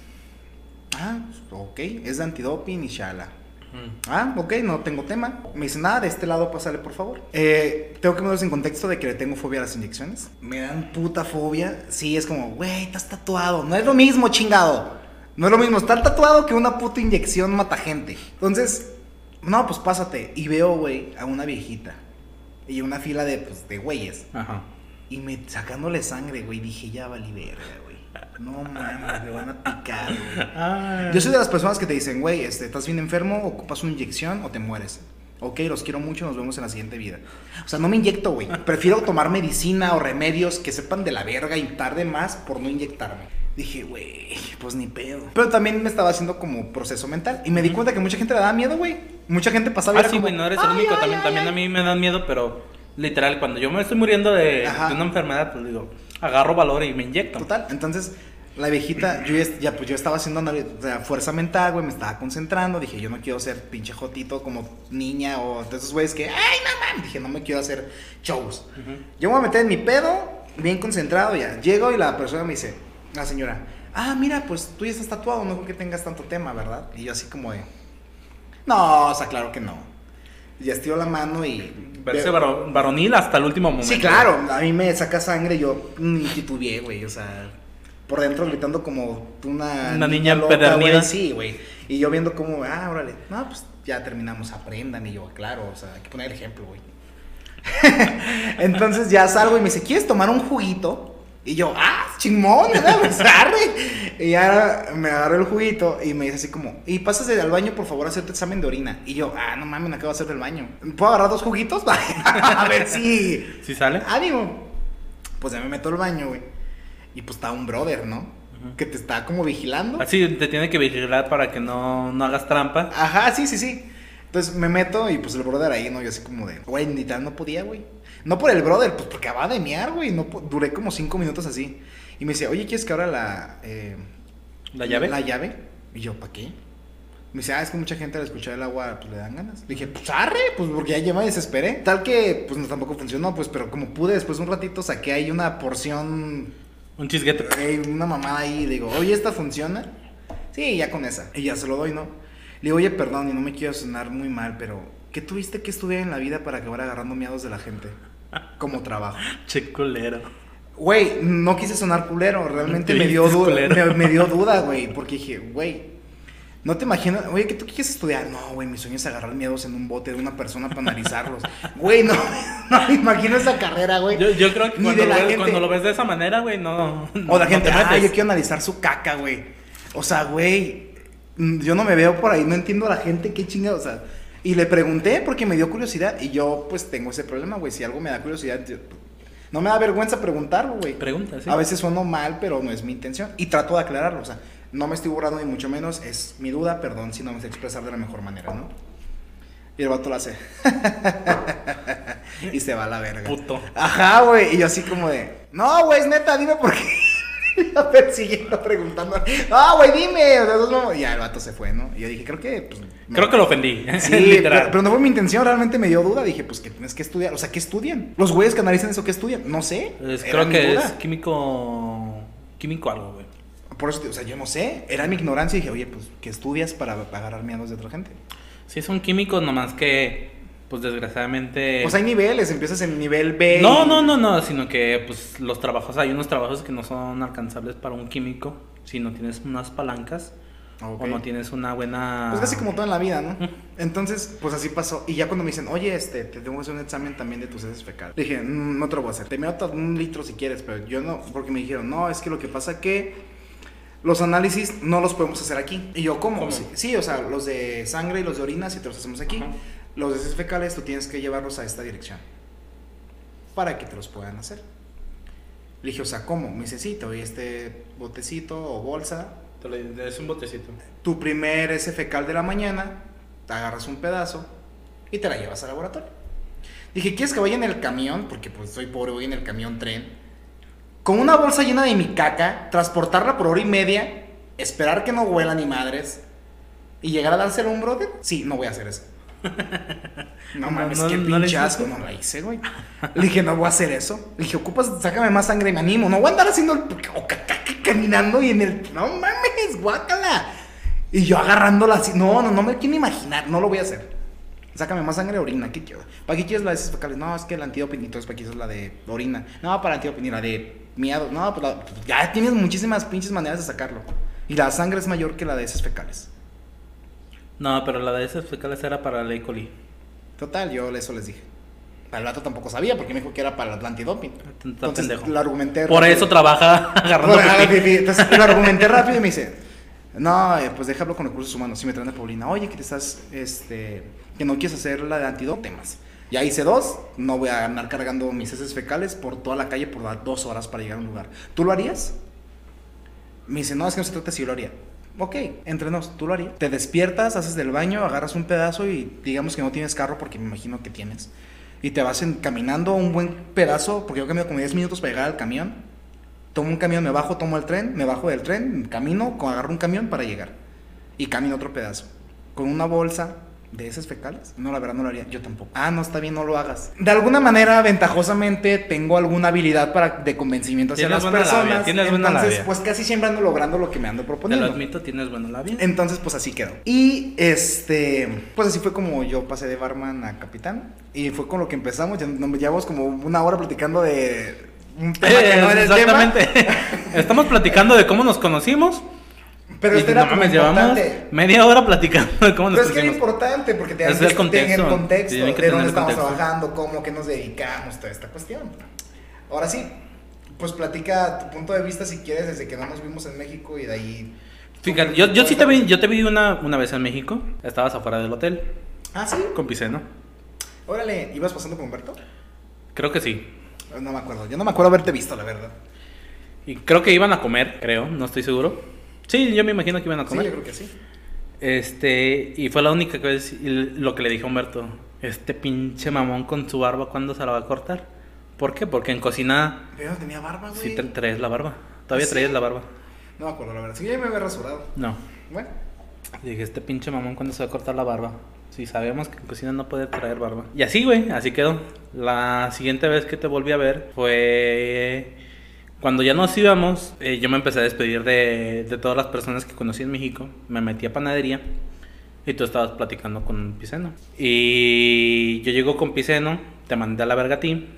Ok, es de antidoping y shala. Ok, no tengo tema. Me dicen, de este lado pásale, por favor. Tengo que ponerlos en contexto de que le tengo fobia a las inyecciones. Me dan puta fobia. Sí, es como, güey, estás tatuado. No es lo mismo, chingado. No es lo mismo estar tatuado que una puta inyección mata gente. Entonces, no, pues pásate. Y veo, güey, a una viejita. Y una fila de güeyes. Ajá. Y me sacándole sangre, güey. Dije, ya valí verga, güey. No mames, me van a picar, güey. Yo soy de las personas que te dicen, güey, estás bien enfermo, ocupas una inyección o te mueres. Ok, los quiero mucho, nos vemos en la siguiente vida. O sea, no me inyecto, güey. Prefiero tomar medicina o remedios que sepan de la verga y tarde más por no inyectarme. Dije, güey, pues ni pedo. Pero también me estaba haciendo como proceso mental. Y me di cuenta que mucha gente le daba miedo, güey. Mucha gente pasaba. Sí, güey, no eres el único. También a mí me dan miedo, pero literal, cuando yo me estoy muriendo de una enfermedad, pues digo, agarro valor y me inyecto. Total, entonces la viejita, yo estaba haciendo fuerza mental, güey, me estaba concentrando. Dije, yo no quiero ser pinche jotito como niña o de esos güeyes que, ay, no mames. Dije, no me quiero hacer shows. Yo me voy a meter en mi pedo, bien concentrado, ya. Llego y la persona me dice, la señora, ah, mira, pues tú ya estás tatuado, no creo que tengas tanto tema, ¿verdad? Y yo así como de, no, o sea, claro que no. Ya estiró la mano y... Verse varonil hasta el último momento. Sí, claro, a mí me saca sangre y yo ni titubeé, güey, o sea, por dentro gritando como una niña loca, empedernida. güey, sí, güey. Y yo viendo como, órale, no, pues ya terminamos, aprendan. Y yo, claro, o sea, hay que poner el ejemplo, güey. Entonces ya salgo y me dice, ¿quieres tomar un juguito? Y yo, chingón, pues arre. Y ya me agarré el juguito y me dice así como, y pásase al baño, por favor, a hacerte examen de orina. Y yo, no mames, me acabo de hacer del baño. ¿Puedo agarrar 2 juguitos? A ver si... ¿Sí sale? Ánimo. Pues ya me meto al baño, güey. Y pues está un brother, ¿no? Que te está como vigilando. Así te tiene que vigilar para que no hagas trampa. Ajá, sí. Entonces me meto y pues el brother ahí, ¿no? Yo así como de, güey, ni tal no podía, güey. No por el brother, pues porque acababa de mear, güey. No, duré como 5 minutos así. Y me dice, oye, ¿quieres que abra ¿La llave? La llave. Y yo, ¿para qué? Me dice, es que mucha gente al escuchar el agua, pues le dan ganas. Le dije, pues arre, pues porque ya me desesperé. Tal que, pues no, tampoco funcionó, pues, pero como pude, después de un ratito saqué ahí una porción... Un chisguete. Una mamada ahí, digo, oye, ¿esta funciona? Sí, ya con esa. Y ya se lo doy, ¿no? Le digo, oye, perdón, y no me quiero sonar muy mal, pero ¿qué tuviste que estudiar en la vida para acabar agarrando miados de la gente? Como trabajo. Che culero. Güey, no quise sonar culero, realmente me dio duda, güey, porque dije, güey, no te imaginas, oye, ¿qué tú quieres estudiar? No, güey, mi sueño es agarrar miedos en un bote de una persona para analizarlos. Güey, no me imagino esa carrera, güey. Yo creo que cuando lo ves de esa manera, güey, no. O la gente, te metes. yo quiero analizar su caca, güey. O sea, güey, yo no me veo por ahí, no entiendo a la gente, qué chingada, o sea. Y le pregunté porque me dio curiosidad. Y yo, pues, tengo ese problema, güey. Si algo me da curiosidad, no me da vergüenza preguntarlo, güey. Pregunta, sí. A veces sueno mal, pero no es mi intención. Y trato de aclararlo, o sea, no me estoy burlando ni mucho menos. Es mi duda, perdón si no me sé expresar de la mejor manera, ¿no? Y el vato lo hace. Y se va a la verga. Puto. Ajá, güey. Y yo así como de, no, güey, es neta, dime por qué. Iba persiguiendo, preguntando. No, güey, dime. O sea, no. Y ya el vato se fue, ¿no? Y yo dije, creo que lo ofendí. Sí, literal. pero no fue mi intención, realmente me dio duda. Dije, pues que tienes que estudiar. O sea, ¿qué estudian? Los güeyes que analizan eso, ¿qué estudian? No sé. Creo que es químico algo, güey. Por eso, o sea, yo no sé. Era mi ignorancia y dije, oye, pues, ¿qué estudias para agarrar miedos de otra gente? Sí, son químicos, nomás que, pues desgraciadamente... Pues hay niveles, empiezas en nivel B. No, sino que, pues, los trabajos, hay unos trabajos que no son alcanzables para un químico si no tienes unas palancas. Okay. O no tienes una buena... Pues casi como todo en la vida, ¿no? Entonces, pues así pasó. Y ya cuando me dicen, oye, te tengo que hacer un examen también de tus heces fecales. Le dije, no te lo voy a hacer. Te meto 1 litro si quieres, pero yo no. Porque me dijeron, no, es que lo que pasa que los análisis no los podemos hacer aquí. Y yo, ¿cómo? Sí, o sea, los de sangre y los de orina si te los hacemos aquí. Los de heces fecales tú tienes que llevarlos a esta dirección para que te los puedan hacer. Le dije, o sea, ¿cómo? Me dice, sí, te doy este botecito o bolsa. Es un botecito. Tu primer ese fecal de la mañana, te agarras un pedazo y te la llevas al laboratorio. Dije, ¿quieres que vaya en el camión? Porque pues soy pobre, voy en el camión tren. Con una bolsa llena de mi caca, transportarla por 1 hora y media, esperar que no huela ni madres y llegar a dárselo a un brother. Sí, no voy a hacer eso. No mames, qué pinche asco, no la hice, güey. Le dije, no voy a hacer eso. Le dije, ocupas, sácame más sangre y me animo. No voy a andar haciendo el caminando y en el... No mames, guácala. Y yo agarrándola así. No me quiero imaginar, no lo voy a hacer. Sácame más sangre de orina, ¿qué quiero? ¿Para qué quieres la de heces fecales? No, es que el antidoping, entonces ¿para qué quieres la de orina? No, para antidoping, la de miado. No, pues ya tienes muchísimas pinches maneras de sacarlo. Y la sangre es mayor que la de heces fecales. No, pero la de heces fecales era para la E. coli. Total, yo eso les dije. El vato tampoco sabía porque me dijo que era para el antidoping. Entonces lo argumenté rápido. Por eso trabaja agarrando pipí. Entonces lo argumenté rápido y me dice, no, pues déjalo con recursos humanos. Si me traen de Paulina, oye, que te estás, que no quieres hacer la de antidotemas. Ya hice 2, no voy a andar cargando mis heces fecales por toda la calle por 2 horas para llegar a un lugar. ¿Tú lo harías? Me dice, no, es que no se trata si yo lo haría. Ok, entre nos, ¿tú lo harías? Te despiertas, haces del baño, agarras un pedazo y digamos que no tienes carro porque me imagino que tienes. Y te vas caminando un buen pedazo, porque yo camino como 10 minutos para llegar al camión. Tomo un camión, me bajo, tomo el tren, me bajo del tren, camino, agarro un camión para llegar. Y camino otro pedazo. Con una bolsa, ¿De heces fecales? No, la verdad no lo haría. Yo tampoco. Ah, no, está bien, no lo hagas. De alguna manera, ventajosamente, tengo alguna habilidad de convencimiento hacia las personas. Tienes buena labia. Entonces, pues casi siempre ando logrando lo que me ando proponiendo. Te lo admito, tienes buena labia. Entonces, pues así quedó. Y pues así fue como yo pasé de barman a capitán. Y fue con lo que empezamos. Ya nos llevamos como una hora platicando de un tema que no era el tema. Exactamente. Estamos platicando de cómo nos conocimos. Pero y no mames, llevamos media hora platicando de cómo nos conocimos. Pero es que era importante porque te dan el contexto de dónde estamos trabajando, cómo, qué nos dedicamos, toda esta cuestión. Ahora sí, pues platica tu punto de vista si quieres desde que no nos vimos en México y de ahí. Fíjate, yo sí te vi una vez en México. Estabas afuera del hotel. Ah, sí. Con Piceno. Órale, ¿ibas pasando con Humberto? Creo que sí. No me acuerdo, yo no me acuerdo haberte visto, la verdad. Y creo que iban a comer, creo, no estoy seguro. Sí, yo me imagino que iban a comer. Sí, yo creo que sí. Y fue la única vez lo que le dije a Humberto. Este pinche mamón con su barba, ¿cuándo se la va a cortar? ¿Por qué? Porque en cocina... Pero no tenía barba, güey. Sí, traes la barba. Todavía traes la barba. No me acuerdo, la verdad. Sí, ya me había rasurado. No. Bueno. Dije, este pinche mamón, ¿cuándo se va a cortar la barba? Sí, sabíamos que en cocina no puede traer barba. Y así, güey, así quedó. La siguiente vez que te volví a ver fue... Cuando ya nos íbamos, yo me empecé a despedir de todas las personas que conocí en México. Me metí a panadería y tú estabas platicando con Piceno. Y yo llego con Piceno, te mandé a la verga a ti.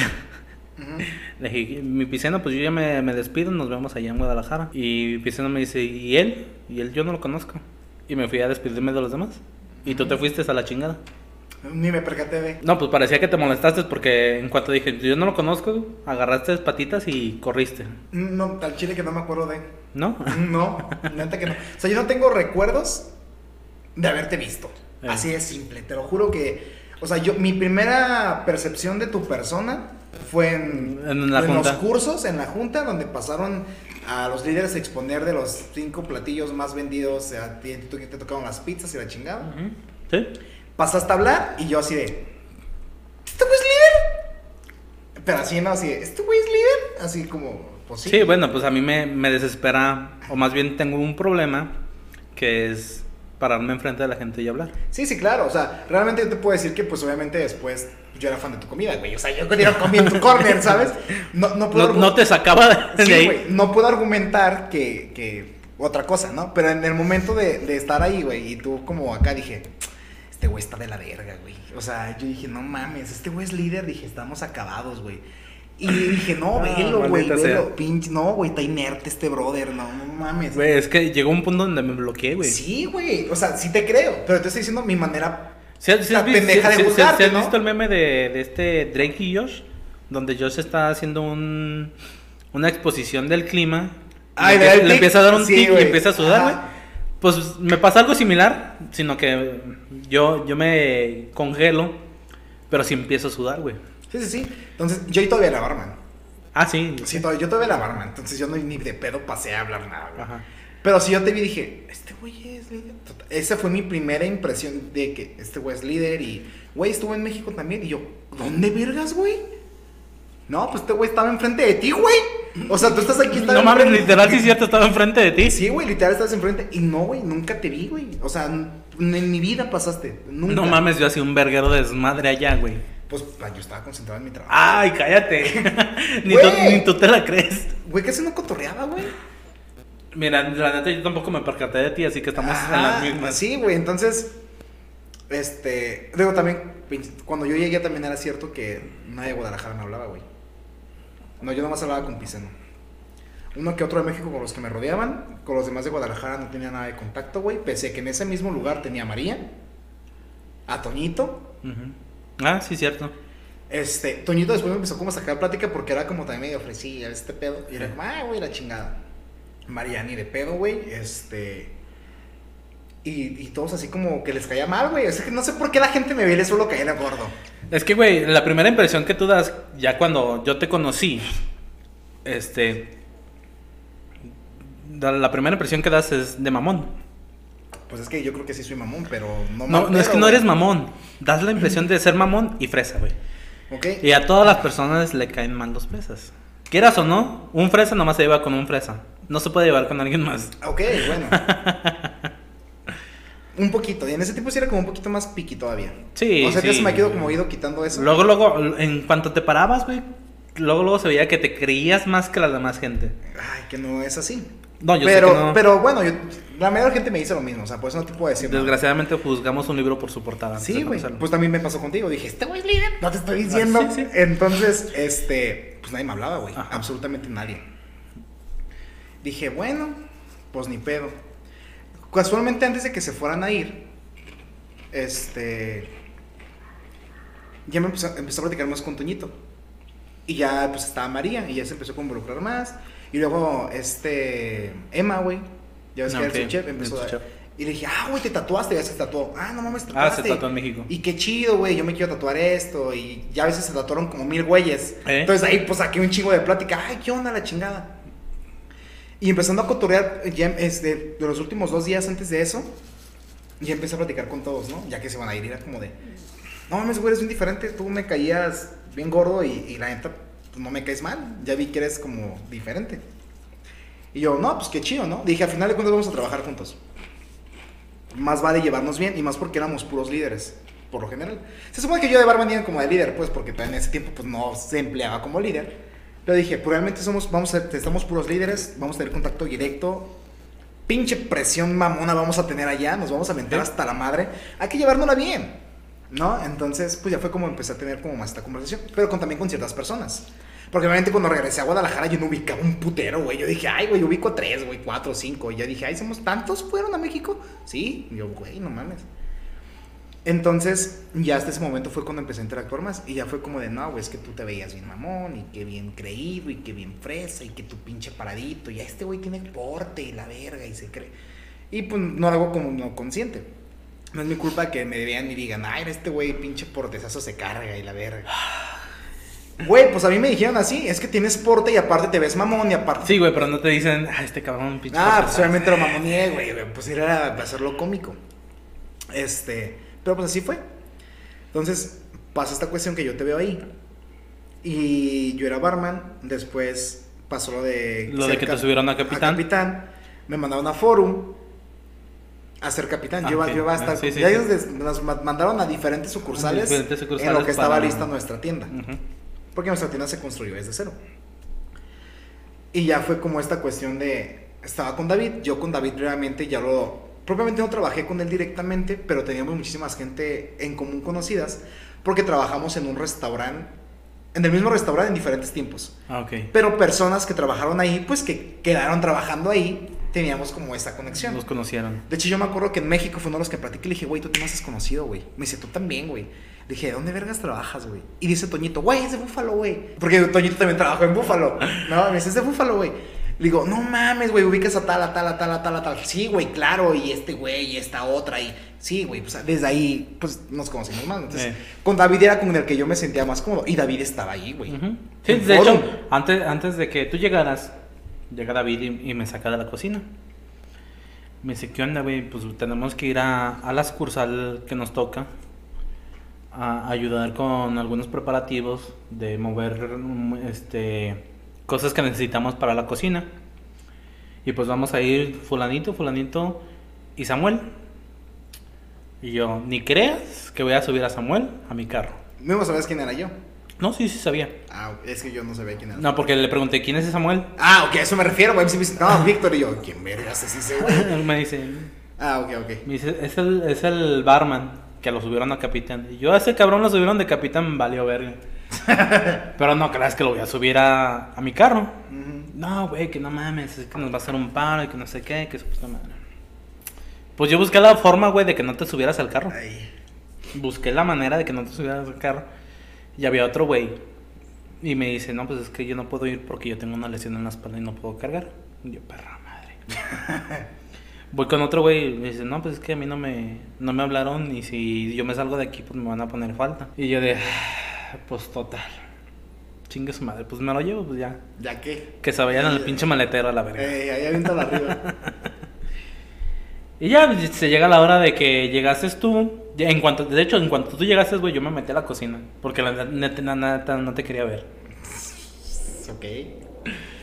Le dije, mi Piceno, pues yo ya me despido, nos vemos allá en Guadalajara. Y Piceno me dice, ¿y él? Y él yo no lo conozco. Y me fui a despedirme de los demás. Y tú te fuiste a la chingada. Ni me percaté de... No, pues parecía que te molestaste porque en cuanto dije, yo no lo conozco, agarraste patitas y corriste. No, al chile que no me acuerdo de... ¿No? No, neta que no. O sea, yo no tengo recuerdos de haberte visto. Así de simple, te lo juro que... O sea, mi primera percepción de tu persona fue en los cursos, en la junta, donde pasaron a los líderes a exponer de los 5 platillos más vendidos. A ti te tocaron las pizzas y la chingada. Sí. Pasaste a hablar y yo así de... ¿Este güey es líder? Pero así, ¿no? Así de... ¿Este güey es líder? Así como... Pues sí. Sí, bueno, pues a mí me desespera, o más bien tengo un problema, que es pararme enfrente de la gente y hablar. Sí, sí, claro. O sea, realmente yo te puedo decir que pues obviamente después yo era fan de tu comida, güey. O sea, yo quería comer en tu corner, ¿sabes? No te sacaba de ahí. Güey, no puedo argumentar que otra cosa, ¿no? Pero en el momento de estar ahí, güey, y tú como acá dije... Este güey está de la verga, güey. O sea, yo dije, no mames, este güey es líder. Dije, estamos acabados, güey. Y dije, no, velo, güey, velo. Pinche, no, güey, está inerte este brother. No mames. Güey, es que llegó un punto donde me bloqueé, güey. Sí, güey. O sea, sí te creo. Pero te estoy diciendo mi manera pendeja de juzgarte, ¿no? ¿Has visto el meme de este Drake y Josh? Donde Josh está haciendo una exposición del clima. Ay, le empieza a dar un tic y empieza a sudar, güey. Pues me pasa algo similar, sino que yo me congelo, pero sí empiezo a sudar, güey. Sí. Entonces, yo todavía la barman. Ah, sí. Sí, yo todavía la barman. Entonces, yo ni de pedo pasé a hablar nada, güey. Ajá. Pero si yo te vi, dije, este güey es líder. Esa fue mi primera impresión de que este güey es líder. Y, güey, estuvo en México también. Y yo, ¿dónde vergas, güey? No, pues este güey estaba enfrente de ti, güey. O sea, tú estás aquí. No mames, literal, sí es cierto, estaba enfrente de ti. Sí, güey, literal estabas enfrente. Y no, güey, nunca te vi, güey. O sea, en mi vida pasaste. Nunca. No mames, yo hacía un verguero de desmadre allá, güey. Pues yo estaba concentrado en mi trabajo. Ay, cállate. ni tú te la crees. Güey, casi no cotorreaba, güey. Mira, la neta, yo tampoco me percaté de ti, así que estamos en las mismas. Sí, güey, entonces. Digo, también, cuando yo llegué también era cierto que nadie de Guadalajara me hablaba, güey. No, yo nomás hablaba con Piceno. Uno que otro de México con los que me rodeaban. Con los demás de Guadalajara no tenía nada de contacto, güey. Pese a que en ese mismo lugar tenía a María, a Toñito. Ah, sí, cierto. Toñito después me empezó como a sacar plática porque era como también medio ofrecía este pedo. Y era como, güey, la chingada. María ni de pedo, güey. Y todos así como que les caía mal, güey. O sea, que no sé por qué la gente me ve y le suelo caer a gordo. Es que, güey, la primera impresión que tú das, ya cuando yo te conocí, la primera impresión que das es de mamón. Pues es que yo creo que sí soy mamón, pero no mamón. No, es que no eres mamón. Das la impresión de ser mamón y fresa, güey. Ok. Y a todas las personas le caen mal los fresas. Quieras o no, un fresa nomás se lleva con un fresa. No se puede llevar con alguien más. Ok, bueno. Un poquito, y en ese tiempo sí era como un poquito más piqui todavía. Sí, O sea, sí. ya se me ha como ido quitando eso. Luego, en cuanto te parabas, güey, luego se veía que te creías más que la demás gente. Ay, que no es así. No, yo pero, sé que no. Pero bueno, la mayor gente me dice lo mismo, o sea, por eso no te puedo decir nada. Desgraciadamente juzgamos un libro por su portada. Sí, güey, pues también me pasó contigo, dije, este güey es líder, no te estoy diciendo. Sí, sí. Entonces, pues nadie me hablaba, güey, absolutamente nadie. Dije, bueno, pues ni pedo. Casualmente antes de que se fueran a ir, ya empecé a platicar más con Toñito. Y ya pues estaba María y ya se empezó a involucrar más. Y luego Emma, güey, ya ves que era su chef, empezó a... Y le dije, güey, te tatuaste, ya se tatuó. No mames, tatuaste. Se tatuó en México. Y qué chido, güey, yo me quiero tatuar esto. Y ya a veces se tatuaron como 1000 güeyes. Entonces ahí pues saqué un chingo de plática. Ay, qué onda la chingada. Y empezando a cotorrear, ya de los últimos 2 días antes de eso, ya empecé a platicar con todos, ¿no? Ya que se van a ir, era como de, no mames, güey, eres bien diferente, tú me caías bien gordo y la neta, pues no me caes mal, ya vi que eres como diferente. Y yo, no, pues qué chido, ¿no? Dije, al final de cuentas vamos a trabajar juntos. Más vale llevarnos bien, y más porque éramos puros líderes, por lo general. Se supone que yo de barman era como de líder, pues, porque en ese tiempo pues no se empleaba como líder. Pero dije, pues realmente estamos puros líderes, vamos a tener contacto directo, pinche presión mamona vamos a tener allá, nos vamos a meter hasta la madre, hay que llevárnosla bien, ¿no? Entonces, pues ya fue como empecé a tener como más esta conversación, pero también con ciertas personas. Porque obviamente cuando regresé a Guadalajara yo no ubicaba un putero, güey. Yo dije, ay, güey, yo ubico 3, güey, 4, 5. Y ya dije, ay, ¿somos tantos? ¿Fueron a México? Sí. Y yo, güey, no mames. Entonces, ya hasta ese momento fue cuando empecé a interactuar más. Y ya fue como de, no, güey, es que tú te veías bien mamón, y que bien creído, y que bien fresa, y que tu pinche paradito. Y ya este güey tiene el porte y la verga, y se cree. Y pues no lo hago como no consciente. No es mi culpa que me vean y digan, ay, este güey pinche portezazo se carga y la verga. Güey, pues a mí me dijeron así, es que tienes porte y aparte te ves mamón y aparte... Sí, güey, pero no te dicen, este cabrón pinche pues obviamente lo mamoneé, güey, pues era hacerlo cómico. Pero pues así fue. Entonces pasa esta cuestión que yo te veo ahí. Y yo era barman. Después pasó lo de... Lo de que te subieron a capitán. Me mandaron a Forum a ser capitán. Yo iba a estar... Ya ellos nos mandaron a diferentes sucursales en lo que estaba lista nuestra tienda. Porque nuestra tienda se construyó desde cero. Y ya fue como esta cuestión de... Estaba con David. Yo con David realmente ya propiamente no trabajé con él directamente, pero teníamos muchísimas gente en común conocidas, porque trabajamos en un restaurante, en el mismo restaurante en diferentes tiempos. Pero personas que trabajaron ahí, pues que quedaron trabajando ahí, teníamos como esa conexión. Los conocieron. De hecho, yo me acuerdo que en México fue uno de los que platiqué y le dije, güey, tú te me has conocido, güey. Me dice, tú también, güey. Le dije, ¿de dónde vergas trabajas, güey? Y dice Toñito, güey, es de Búfalo, güey. Porque Toñito también trabajó en Búfalo. No, me dice, es de Búfalo, güey. Le digo, no mames, güey, ubicas a tal. Sí, güey, claro, y este güey, y esta otra, y sí, güey, pues desde ahí, pues nos conocimos más. Entonces, con David era con el que yo me sentía más cómodo, y David estaba ahí, güey. Sí, de hecho, antes de que tú llegaras, llega David y me saca de la cocina. Me dice, ¿qué onda, güey? Pues tenemos que ir a la sucursal que nos toca a ayudar con algunos preparativos de mover, cosas que necesitamos para la cocina. Y pues vamos a ir fulanito y Samuel. Y yo, ni creas que voy a subir a Samuel a mi carro. ¿No sabes quién era yo? No, sí sabía. Es que yo no sabía quién era. No, porque le pregunté, ¿quién es ese Samuel? Ok, a eso me refiero, güey. No, Víctor. Y yo, ¿quién vergas es ese güey? Él me dice... ok. Me dice, es el barman que lo subieron a capitán. Y yo, a ese cabrón lo subieron de capitán, valió verga. Pero no creas que lo voy a subir a mi carro. No, güey, que no mames, es que nos va a hacer un paro y que no sé qué, que supuestamente. Pues yo busqué la forma, güey, de que no te subieras al carro. Busqué la manera de que no te subieras al carro. Y había otro güey. Y me dice, no, pues es que yo no puedo ir porque yo tengo una lesión en la espalda y no puedo cargar. Y yo, perra madre. Voy con otro güey y me dice, no, pues es que a mí no me hablaron y si yo me salgo de aquí, pues me van a poner falta. Y yo de, pues total. Chingue su madre, pues me lo llevo, pues ya. ¿Ya qué? Que se vayan al pinche maletero a la verga. Ahí aviéntalo arriba. Y ya se llega la hora de que llegases tú. En cuanto tú llegases, güey, yo me metí a la cocina. Porque la neta no te quería ver. Ok.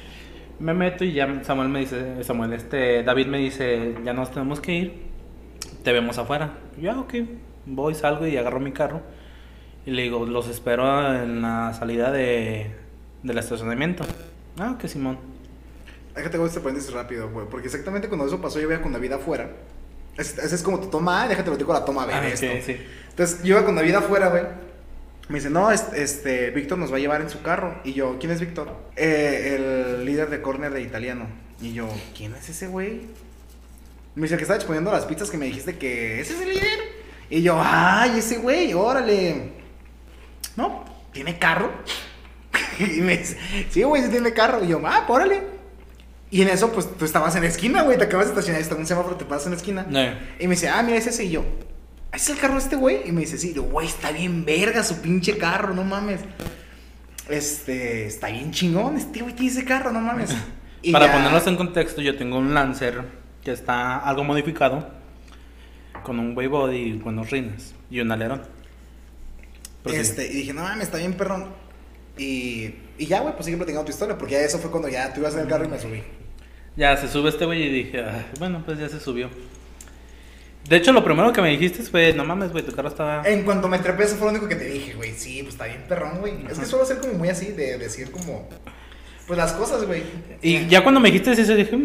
Me meto y ya David me dice, ya nos tenemos que ir. te vemos afuera. Y yo, ok, voy, salgo y agarro mi carro. Y le digo, los espero en la salida del estacionamiento. Ah, ok, Simón. Déjate hago este paréntesis rápido, güey. Porque exactamente cuando eso pasó, yo iba con David afuera. Esa es como tu toma A, déjate lo digo la toma B de esto. Sí. Entonces, yo iba con David afuera, güey. Me dice, no, Víctor nos va a llevar en su carro. Y yo, ¿quién es Víctor? El líder de corner de italiano. Y yo, ¿quién es ese güey? Me dice, que estaba exponiendo las pizzas que me dijiste que ese es el líder. Y yo, ay, ese güey, órale. No, ¿tiene carro? Y me dice, sí, güey, sí tiene carro. Y yo, órale. Y en eso, pues, tú estabas en la esquina, güey, te acabas de estacionar, está un semáforo, te pasas en la esquina. No. Y me dice, mira, es ese. Y yo, ¿es el carro de este güey? Y me dice, sí. Y yo, güey, está bien verga su pinche carro, no mames. Está bien chingón, este güey tiene ese carro, no mames. Y Para ya... ponerlos en contexto, yo tengo un Lancer que está algo modificado, con un Waybody y buenos rines, y un alerón. Y dije, no mames, está bien perrón. Y ya, güey, pues sigue platicando tu historia, porque ya eso fue cuando ya tú ibas en el carro y me subí. Ya se sube este güey y dije, bueno, pues ya se subió. De hecho, lo primero que me dijiste fue, no mames, güey, tu carro estaba... En cuanto me trepé, eso fue lo único que te dije, güey. Sí, pues está bien perrón, güey. Es que suelo ser como muy así, de decir como... Pues las cosas, güey. Y ya cuando me dijiste eso, dije,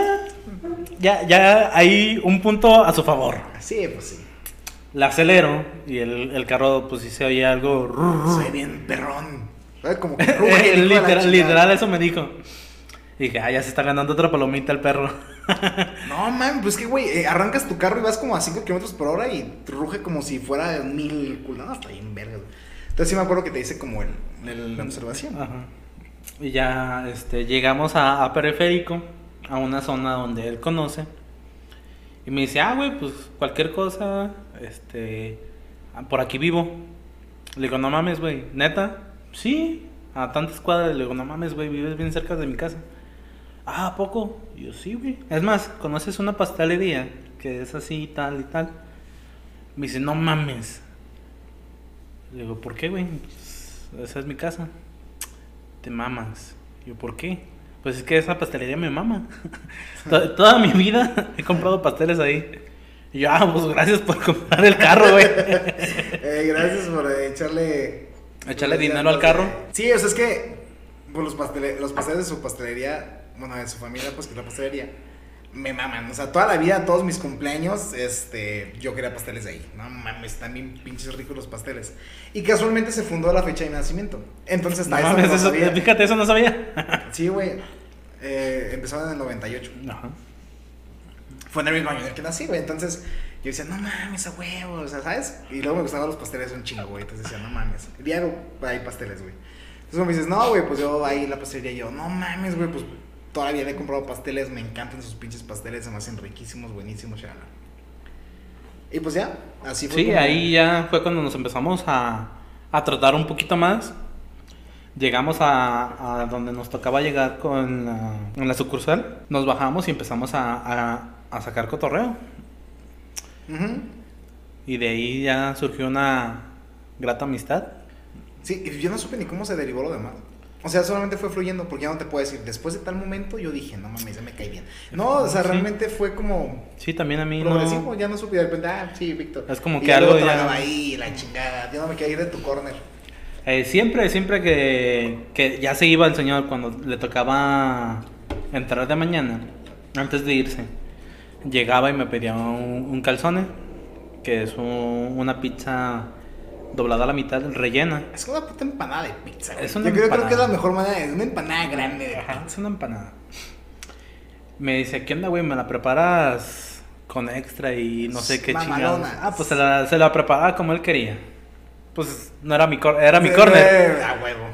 ya hay un punto a su favor. Sí, pues sí. La acelero y el carro, pues sí se oye algo... Soy bien perrón. ¿Sabes? Como que ruge, literal, eso me dijo. Y dije, ya se está ganando otra palomita el perro. No, man, pues que, güey, arrancas tu carro y vas como a 5 kilómetros por hora y ruge como si fuera de 1000. No, está bien verga. Entonces sí me acuerdo que te hice como la observación. Ajá. Y ya llegamos a Periférico, a una zona donde él conoce. Y me dice, güey, pues cualquier cosa, por aquí vivo. Le digo, no mames, güey, ¿neta? Sí, a tantas cuadras. Le digo, no mames, güey, vives bien cerca de mi casa. ¿A poco? Y yo, sí, güey. Es más, ¿conoces una pastelería que es así, tal y tal? Me dice, no mames. Le digo, ¿por qué, güey? Pues, esa es mi casa. Te mamas. Yo, ¿por qué? Pues es que esa pastelería me mama. Toda mi vida he comprado pasteles ahí. Y yo, pues gracias por comprar el carro, güey. Gracias por echarle dinero al carro. Sí, o sea, es que pues, los pasteles de su pastelería, bueno, de su familia, pues que es la pastelería, me maman. O sea, toda la vida, todos mis cumpleaños, yo quería pasteles de ahí. No mames, están bien pinches ricos los pasteles. Y casualmente se fundó la fecha de mi nacimiento. Entonces, no mames, fíjate, eso no sabía. Sí, güey. Empezó en el 98. Ajá. Fue en el mismo año en el que nací, güey. Entonces, yo decía, no mames, a huevo, o sea, ¿sabes? Y luego me gustaban los pasteles un chingo, güey. Entonces decía, no mames. Diario hay pasteles, güey. Entonces me dices, no, güey, pues yo ahí la pastelería. Y yo, no mames, güey, pues todavía he comprado pasteles. Me encantan sus pinches pasteles. Se me hacen riquísimos, buenísimos, ya. Y pues ya, así fue. Sí, como... ahí ya fue cuando nos empezamos a tratar un poquito más. Llegamos a donde nos tocaba llegar en la sucursal. Nos bajamos y empezamos a sacar cotorreo. Uh-huh. Y de ahí ya surgió una grata amistad. Sí, y yo no supe ni cómo se derivó lo demás. O sea, solamente fue fluyendo, porque ya no te puedo decir. Después de tal momento yo dije, no mames, ya me cae bien. No, o sea, realmente fue como... Sí, también a mí progresivo, no... ya no supe. De repente, sí, Víctor. Es como y que algo ya... ahí, la chingada. Yo no me quería ir de tu corner. Siempre que ya se iba el señor, cuando le tocaba entrar de mañana, antes de irse, llegaba y me pedía un calzone, que es una pizza doblada a la mitad, rellena. Es una puta empanada de pizza, güey. Yo creo que es la mejor manera, es una empanada grande de pizza. Es una empanada. Me dice, ¿qué onda, güey? ¿Me la preparas con extra y no sé qué chingada? Pues se la preparaba como él quería. Pues no era era mi corner. A huevo.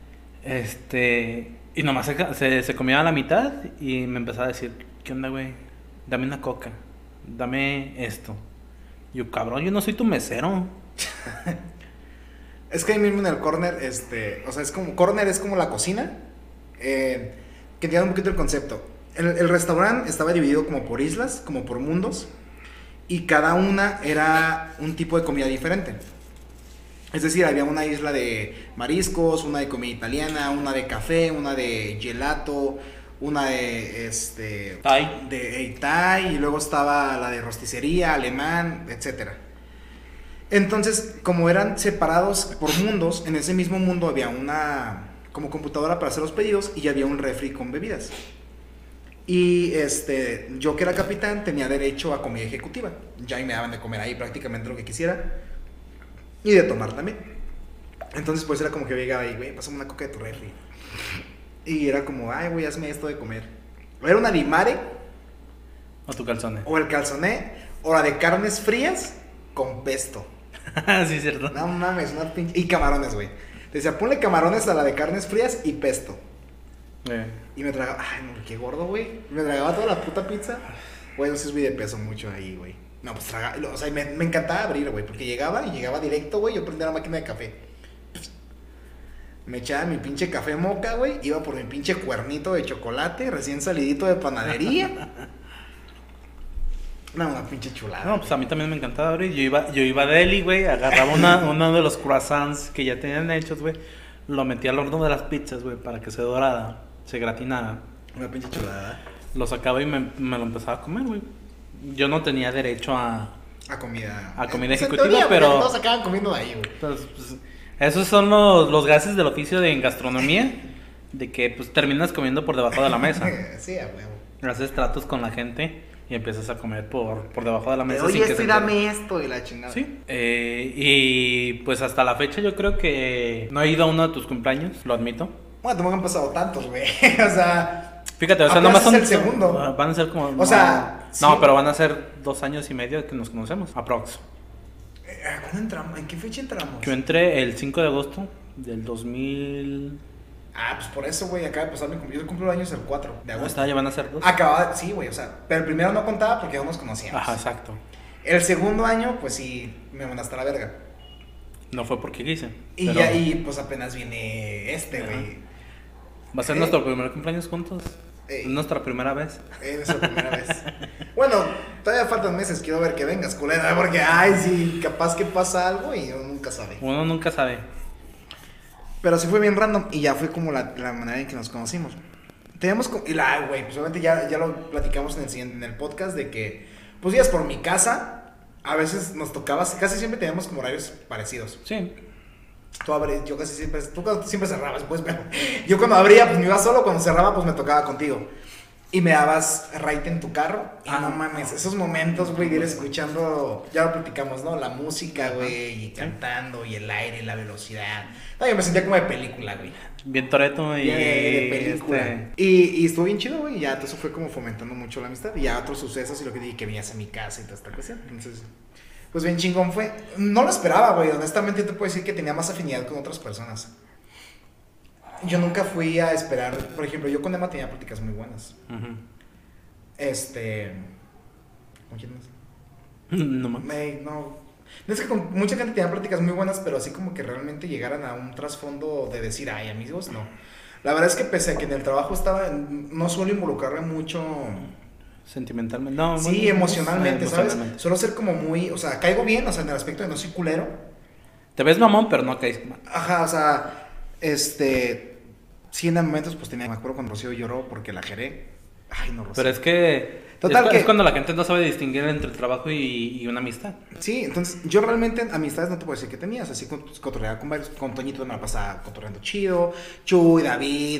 Y nomás se comía a la mitad y me empezaba a decir, ¿qué onda, güey? Dame una coca, dame esto. Y yo, cabrón, yo no soy tu mesero. Es que ahí mismo en el corner, o sea, es como, corner es como la cocina, que entiendo un poquito el concepto. El restaurante estaba dividido como por islas, como por mundos, y cada una era un tipo de comida diferente. Es decir, había una isla de mariscos, una de comida italiana, una de café, una de gelato, una de, Thai. de Thai, y luego estaba la de rosticería, alemán, etcétera. Entonces, como eran separados por mundos, en ese mismo mundo había una como computadora para hacer los pedidos y había un refri con bebidas. Y yo que era capitán tenía derecho a comida ejecutiva. Ya me daban de comer ahí prácticamente lo que quisiera. Y de tomar también. Entonces pues era como que yo llegaba y, güey, pásame una coca de tu refri. Y era como, ay, güey, hazme esto de comer. O era una Dimare. O tu calzone. O el calzoné. O la de carnes frías con pesto. Sí, cierto. No mames, una pinche... Y camarones, güey. Te decía, ponle camarones a la de carnes frías y pesto. Y me tragaba, ay, no, qué gordo, güey. Me tragaba toda la puta pizza. Güey, no sé, subí de peso mucho ahí, güey. No, pues tragaba, o sea, me encantaba abrir, güey, porque llegaba directo, güey. Yo prendía la máquina de café. Me echaba mi pinche café moca, güey. Iba por mi pinche cuernito de chocolate, recién salidito de panadería. No, una pinche chulada. No, pues a mí también me encantaba abrir. Yo iba a Deli, güey, agarraba uno de los croissants que ya tenían hechos, güey. Lo metía al horno de las pizzas, güey, para que se dorara, se gratinara. Una pinche chulada. Lo sacaba y me lo empezaba a comer, güey. Yo no tenía derecho a comida. A comida Pues, ejecutiva, teoría, pero... todos acaban comiendo de ahí, güey. Pues, esos son los gases del oficio de en gastronomía, de que pues terminas comiendo por debajo de la mesa. Sí, a huevo. Haces tratos con la gente y empiezas a comer por debajo de la mesa. Oye, sin que se dame esto y la chingada. Sí. Y pues hasta la fecha yo creo que no he ido a uno de tus cumpleaños, lo admito. Bueno, tampoco han pasado tantos, güey. O sea... Fíjate, o sea, apenas nomás son... es el segundo. Van a ser como... O sea... No, sí. pero van a ser 2 años y medio que nos conocemos, aprox. ¿Cuándo entramos? ¿En qué fecha entramos? Yo entré el 5 de agosto del 2000... Ah, pues por eso, güey, acaba de pasar mi cumpleaños. Yo cumplo años el 4 de agosto. Ya van a ser 2. Acababa, sí, güey, o sea, pero el primero no contaba porque no nos conocíamos. Ajá, exacto. El segundo año, pues sí, me mandaste a la verga. No fue porque quise. Y pero... ya ahí, pues apenas viene güey. Va a ser nuestro primer cumpleaños juntos. Es nuestra primera vez. Es nuestra primera vez. Bueno, todavía faltan meses, quiero ver que vengas, culera, porque, ay, sí, capaz que pasa algo y uno nunca sabe. Uno nunca sabe. Pero sí fue bien random y ya fue como la manera en que nos conocimos. Teníamos, güey, pues obviamente ya lo platicamos en el podcast de que, pues ibas por mi casa, a veces nos tocaba, casi siempre teníamos como horarios parecidos. Sí. Yo casi siempre, tú siempre cerrabas, pues, pero yo cuando abría, pues me iba solo, cuando cerraba, pues me tocaba contigo. Y me dabas ride en tu carro. Y no mames, esos momentos, güey, de ir escuchando, ya lo platicamos, ¿no? La música, güey, y cantando, y el aire, y la velocidad. No, yo me sentía como de película, güey. Bien Toretto y... de película. Y estuvo bien chido, güey, y ya eso fue como fomentando mucho la amistad. Y ya otros sucesos y lo que dije, que venías a mi casa y toda esta cuestión. Entonces, pues bien chingón fue. No lo esperaba, güey, honestamente yo te puedo decir que tenía más afinidad con otras personas. Yo nunca fui a esperar, por ejemplo, yo con Emma tenía pláticas muy buenas. Uh-huh. ¿Con quién más? No más. No es que con mucha gente tenía pláticas muy buenas, pero así como que realmente llegaran a un trasfondo de decir, ay, amigos, no. La verdad es que pese a que en el trabajo no suelo involucrarme mucho... Sentimentalmente, no. Sí, bueno, emocionalmente, ¿sabes? Suelo ser como muy, o sea, caigo bien, o sea, en el aspecto de no soy culero. Te ves mamón, pero no caes mal. Ajá, o sea, sí, en momentos, pues me acuerdo cuando Rocío lloró porque la jeré. Ay, no, Rocío. Pero es que... Total es cuando la gente no sabe distinguir entre el trabajo y una amistad. Sí, entonces yo realmente amistades no te puedo decir que tenías, así cotorreaba con varios, con Toñito me la pasaba cotorreando chido, Chuy, David,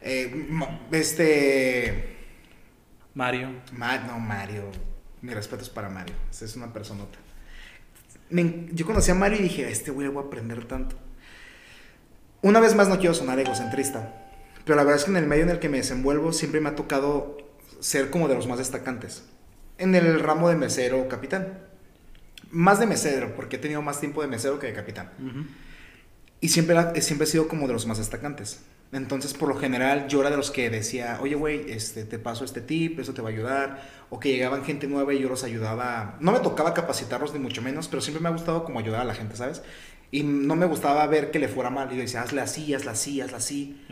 Mario. Mario, mi respeto es para Mario, es una personota. Yo conocí a Mario y dije, este güey voy a aprender tanto. Una vez más no quiero sonar egocentrista, pero la verdad es que en el medio en el que me desenvuelvo siempre me ha tocado ser como de los más destacantes. En el ramo de mesero o capitán. Más de mesero, porque he tenido más tiempo de mesero que de capitán. Uh-huh. Y siempre he sido como de los más destacantes. Entonces, por lo general, yo era de los que decía, oye, güey, te paso este tip, eso te va a ayudar. O que llegaban gente nueva y yo los ayudaba. No me tocaba capacitarlos ni mucho menos, pero siempre me ha gustado como ayudar a la gente, ¿sabes? Y no me gustaba ver que le fuera mal. Y yo decía, hazle así, hazle así, hazle así.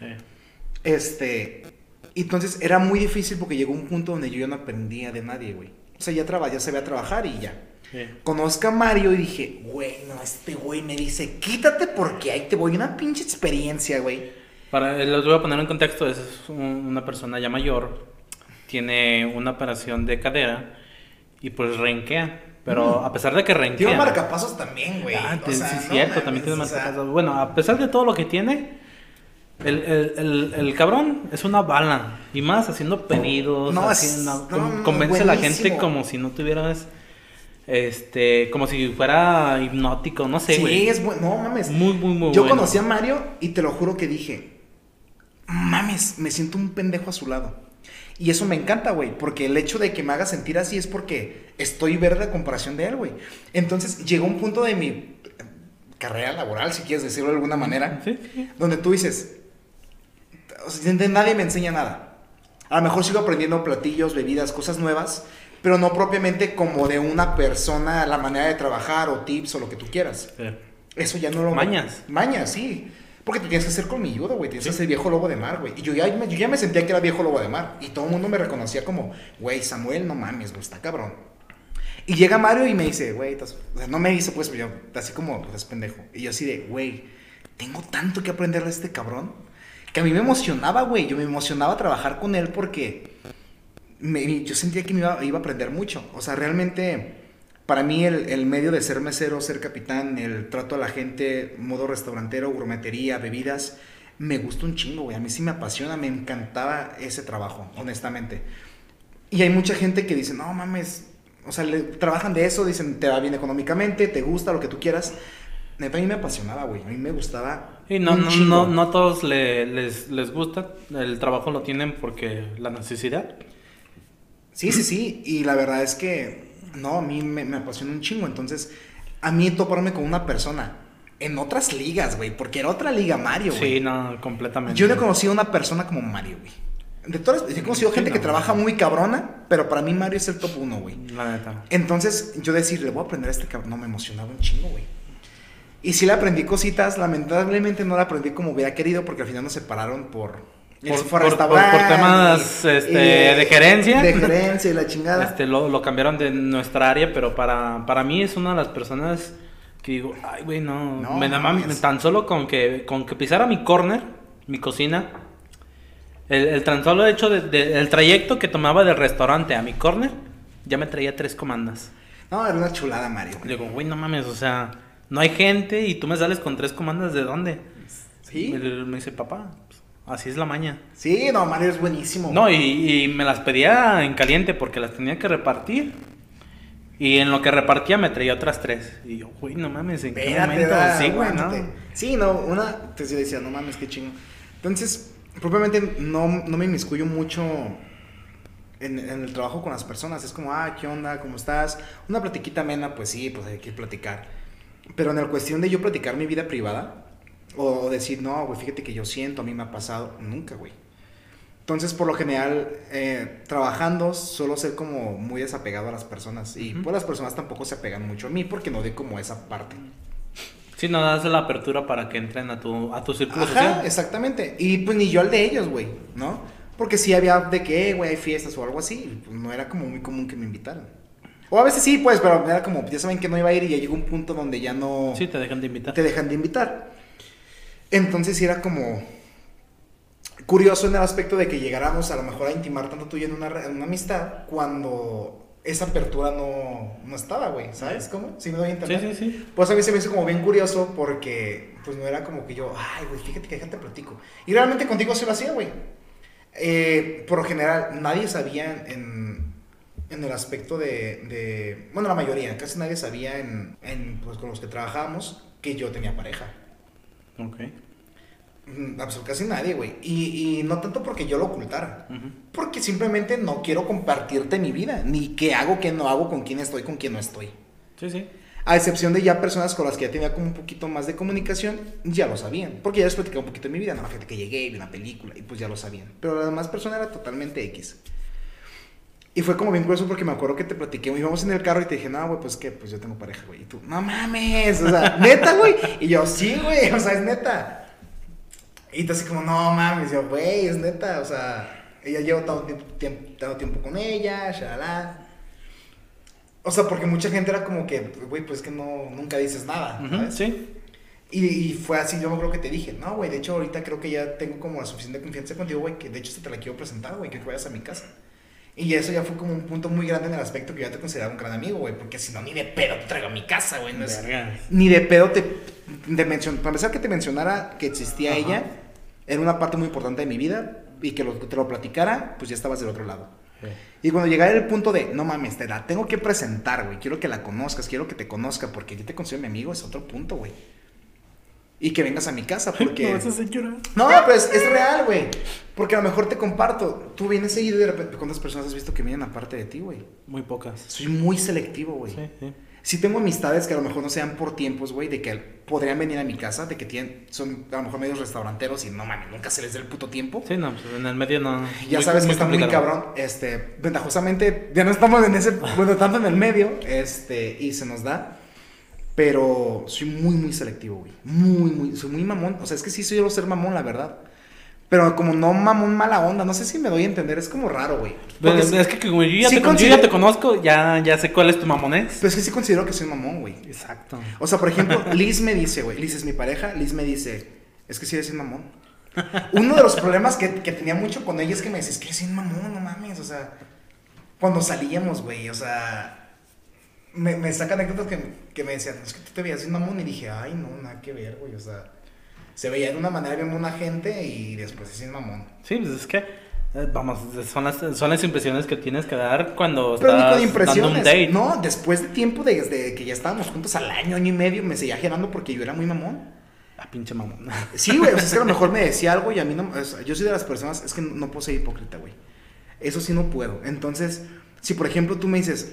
Entonces era muy difícil porque llegó un punto donde yo ya no aprendía de nadie, güey. O sea, ya sabía trabajar y ya. Sí. Conozco a Mario y dije, güey, no, este güey me dice, quítate porque ahí te voy, una pinche experiencia, güey. Les voy a poner en contexto, es una persona ya mayor, tiene una operación de cadera y pues renquea. Pero a pesar de que renquea... Tiene marcapasos también, güey. Sí, es cierto, también tiene marcapasos. Bueno, a pesar de todo lo que tiene, el cabrón es una bala. Y más haciendo pedidos, convence a la gente como si no tuvieras... como si fuera hipnótico, no sé, güey. Sí, es bueno, no mames. Muy Yo bueno. conocí a Mario y te lo juro que dije, mames, me siento un pendejo a su lado. Y eso me encanta, güey, porque el hecho de que me haga sentir así es porque estoy verde a comparación de él, güey. Entonces llegó un punto de mi carrera laboral, si quieres decirlo de alguna manera, ¿Sí? donde tú dices, o sea, nadie me enseña nada. A lo mejor sigo aprendiendo platillos, bebidas, cosas nuevas, pero no propiamente como de una persona, la manera de trabajar o tips o lo que tú quieras. Sí. Eso ya no lo... Mañas. Mañas, sí. Porque te tienes que hacer colmilludo, güey. Tienes que ser viejo lobo de mar, güey. Y yo ya me sentía que era viejo lobo de mar. Y todo el mundo me reconocía como, güey, Samuel, no mames, güey, está cabrón. Y llega Mario y me dice, güey, o sea, no me dice, pues, yo, así como, pues, es pendejo. Y yo así de, güey, tengo tanto que aprenderle a este cabrón. Que a mí me emocionaba, güey. Yo me emocionaba trabajar con él porque yo sentía que me iba a aprender mucho. O sea, realmente... Para mí el medio de ser mesero, ser capitán, el trato a la gente, modo restaurantero, gourmetería, bebidas, me gusta un chingo, güey. A mí sí me apasiona, me encantaba ese trabajo, honestamente. Y hay mucha gente que dice, no mames, o sea, trabajan de eso, dicen, te va bien económicamente, te gusta, lo que tú quieras. Neta, a mí me apasionaba, güey. A mí me gustaba. Y no a todos les gusta. El trabajo lo tienen porque la necesidad. Sí. Y la verdad es que... No, a mí me apasiona un chingo. Entonces, a mí toparme con una persona en otras ligas, güey. Porque era otra liga Mario, güey. Sí, no, completamente. Yo no he conocido a una persona como Mario, güey. He conocido gente que trabaja muy cabrona, pero para mí Mario es el top 1, güey. La neta. Entonces, yo decir, le voy a aprender a este cabrón. No, me emocionaba un chingo, güey. Y sí le aprendí cositas. Lamentablemente no la aprendí como hubiera querido, porque al final nos separaron por temas de gerencia. De gerencia y la chingada. Lo cambiaron de nuestra área, pero para mí es una de las personas que digo, ay, güey, no me da tan solo con que pisara mi corner, mi cocina, el tan solo hecho el trayecto que tomaba del restaurante a mi corner, ya me traía 3 comandas. No, era una chulada, Mario. Le digo, güey, no mames, o sea, no hay gente y tú me sales con 3 comandas, ¿de dónde? Sí. Me dice, papá, así es la maña. Sí, no, Mario es buenísimo. No, y me las pedía en caliente porque las tenía que repartir. Y en lo que repartía me traía otras 3. Y yo, güey, no mames, ¿en qué momento? Sí, güey, no. Sí, no, entonces yo decía, no mames, qué chingo. Entonces, propiamente no me inmiscuyo mucho en el trabajo con las personas. Es como, ¿qué onda? ¿Cómo estás? Una platiquita amena, pues sí, pues hay que platicar. Pero en la cuestión de yo platicar mi vida privada... O decir, no, güey, fíjate que yo siento, a mí me ha pasado. Nunca, güey. Entonces, por lo general, trabajando, suelo ser como muy desapegado a las personas. Y pues las personas tampoco se apegan mucho a mí porque no doy como esa parte. Sí, no das la apertura para que entren a tu círculo social. Exactamente. Y pues ni yo al de ellos, güey, ¿no? Porque sí había de que, güey, hay fiestas o algo así. Pues no era como muy común que me invitaran. O a veces sí, pues, pero era como, ya saben que no iba a ir y ya llegó un punto donde ya no... Sí, te dejan de invitar. Te dejan de invitar. Entonces sí era como curioso en el aspecto de que llegáramos a lo mejor a intimar tanto tú y yo en una amistad cuando esa apertura no estaba, güey, ¿sabes cómo? ¿Sí me doy a entender? Sí. Pues a mí se me hizo como bien curioso porque pues no era como que yo, ay, güey, fíjate que déjate platico. Y realmente contigo se lo hacía, güey. Por lo general, nadie sabía en el aspecto de... Bueno, la mayoría, casi nadie sabía pues, con los que trabajábamos que yo tenía pareja. Ok. Casi nadie, güey. Y no tanto porque yo lo ocultara. Porque simplemente no quiero compartirte mi vida. Ni qué hago, qué no hago, con quién estoy, con quién no estoy. Sí. A excepción de ya personas con las que ya tenía como un poquito más de comunicación, ya lo sabían. Porque ya les platicaba un poquito de mi vida. No, fíjate que llegué, vi una película y pues ya lo sabían. Pero las demás personas era totalmente X. Y fue como bien curioso porque me acuerdo que te platiqué, íbamos en el carro y te dije, no, güey, pues qué, pues yo tengo pareja, güey. Y tú, no mames, o sea, neta, güey. Y yo, sí, güey, o sea, es neta. Y tú así como, no mames, yo, güey, es neta, o sea, ella llevo tanto tiempo con ella, shalala. O sea, porque mucha gente era como que, güey, pues que nunca dices nada, ¿sabes? Sí. Y fue así, yo me acuerdo que te dije, no, güey, de hecho ahorita creo que ya tengo como la suficiente confianza contigo, güey, que de hecho te la quiero presentar, güey, que vayas a mi casa. Y eso ya fue como un punto muy grande en el aspecto que yo ya te consideraba un gran amigo, güey, porque si no, ni de pedo te traigo a mi casa, güey. No es, ni de pedo te para empezar que te mencionara que existía ella, era una parte muy importante de mi vida, y que te lo platicara, pues ya estabas del otro lado. Sí. Y cuando llegara el punto de, no mames, te la tengo que presentar, güey, quiero que la conozcas, quiero que te conozca, porque yo te considero mi amigo, es otro punto, güey. Y que vengas a mi casa, porque... No, pues es real, güey. Porque a lo mejor te comparto. Tú vienes seguido y de repente, ¿cuántas personas has visto que vienen aparte de ti, güey? Muy pocas. Soy muy selectivo, güey. Sí, sí. Sí tengo amistades que a lo mejor no sean por tiempos, güey, de que podrían venir a mi casa, de que son a lo mejor medios restauranteros y no mames, nunca se les dé el puto tiempo. Sí, no, pues en el medio no. Ya sabes que está muy cabrón. Ventajosamente, ya no estamos en ese, bueno, tanto en el medio, y se nos da. Pero soy muy, muy selectivo, güey. Soy muy mamón. O sea, es que sí soy ser mamón, la verdad. Pero como no mamón mala onda, no sé si me doy a entender, es como raro, güey. Es que como yo ya te conozco, ya sé cuál es tu mamonés. Pero es que sí considero que soy mamón, güey. Exacto. O sea, por ejemplo, Liz me dice, güey, Liz es mi pareja, Liz me dice, es que sí eres un mamón. Uno de los problemas que tenía mucho con ella es que me decía, es que eres un mamón, no mames, o sea, cuando salíamos, güey, o sea... Me sacan anécdotas que me decían, es que tú te veías un mamón, y dije, ay, no, nada que ver, güey, o sea, se veía de una manera bien buena gente y después es un mamón. Sí, pues es que, vamos, son las impresiones que tienes que dar cuando pero estás ni con impresiones, dando un date. No, después de tiempo, desde que ya estábamos juntos al año y medio, me seguía generando porque yo era muy mamón. Ah, pinche mamón. Sí, güey, o sea, es que a lo mejor me decía algo y a mí no, o sea, yo soy de las personas, es que no puedo ser hipócrita, güey, eso sí no puedo. Entonces, si por ejemplo tú me dices,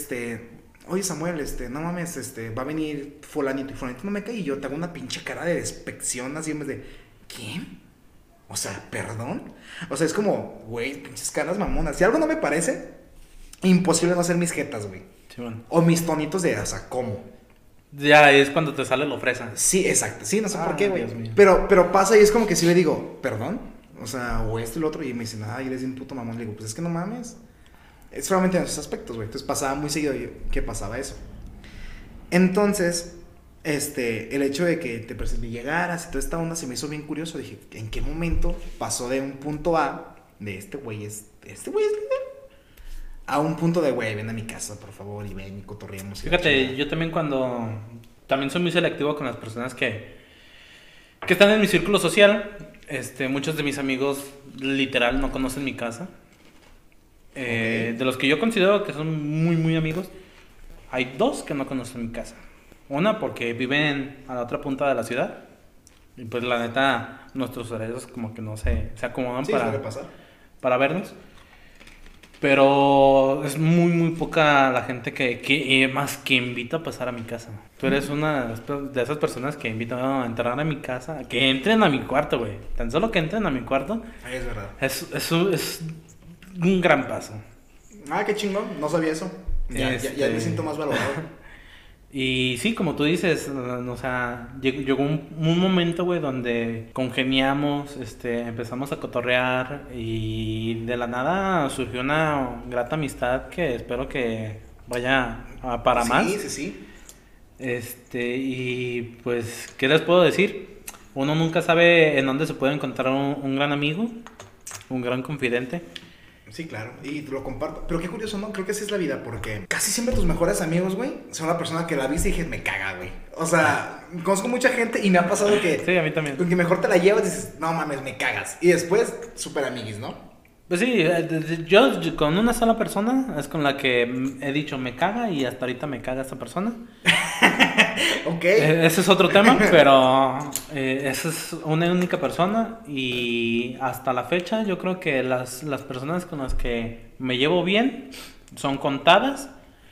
oye Samuel, no mames, va a venir fulanito y fulanito no me cae, y yo te hago una pinche cara de despección así en vez de, ¿quién? O sea, ¿perdón? O sea, es como, güey, pinches caras mamonas. Si algo no me parece, imposible no hacer mis jetas, güey. Sí, bueno. O mis tonitos de, o sea, ¿cómo? Ya es cuando te sale la fresa. Sí, exacto, sí, no sé por qué, güey. Pero pasa y es como que sí le digo, ¿perdón? O sea, o esto y lo otro, y me dicen, ay, eres un puto mamón. Le digo, pues es que no mames. Es solamente en esos aspectos, güey. Entonces pasaba muy seguido que pasaba eso. Entonces, el hecho de que te llegaras y toda esta onda se me hizo bien curioso. Dije, ¿en qué momento pasó de un punto A, de este güey es a un punto de, güey, ven a mi casa, por favor, y ven y cotorreamos? Fíjate, yo también también soy muy selectivo con las personas que están en mi círculo social. Muchos de mis amigos literal no conocen mi casa. Okay. De los que yo considero que son muy, muy amigos, hay dos que no conocen mi casa. Una porque viven a la otra punta de la ciudad. Y pues la neta, nuestros horarios como que no se acomodan para vernos. Pero es muy, muy poca la gente que más que invita a pasar a mi casa. Tú eres una de esas personas que invitan a entrar a mi casa, que entren a mi cuarto, güey. Tan solo que entren a mi cuarto. Es verdad. Es un gran paso. Ah, qué chingón, no sabía eso. Ya me siento más valorado. Y sí, como tú dices, o sea, llegó un momento, güey, donde congeniamos, empezamos a cotorrear y de la nada surgió una grata amistad que espero que vaya para más. Sí. Y pues, ¿qué les puedo decir? Uno nunca sabe en dónde se puede encontrar un gran amigo, un gran confidente. Sí, claro, y lo comparto. Pero qué curioso, ¿no? Creo que así es la vida, porque casi siempre tus mejores amigos, güey, son la persona que la viste y dije, me caga, güey. O sea, conozco mucha gente y me ha pasado que... Sí, a mí también. Que mejor te la llevas y dices, no mames, me cagas. Y después, súper amiguis, ¿no? Pues sí, yo con una sola persona es con la que he dicho, me caga, y hasta ahorita me caga esta persona. Ok. Ese es otro tema, pero esa es una única persona, y hasta la fecha yo creo que las personas con las que me llevo bien son contadas,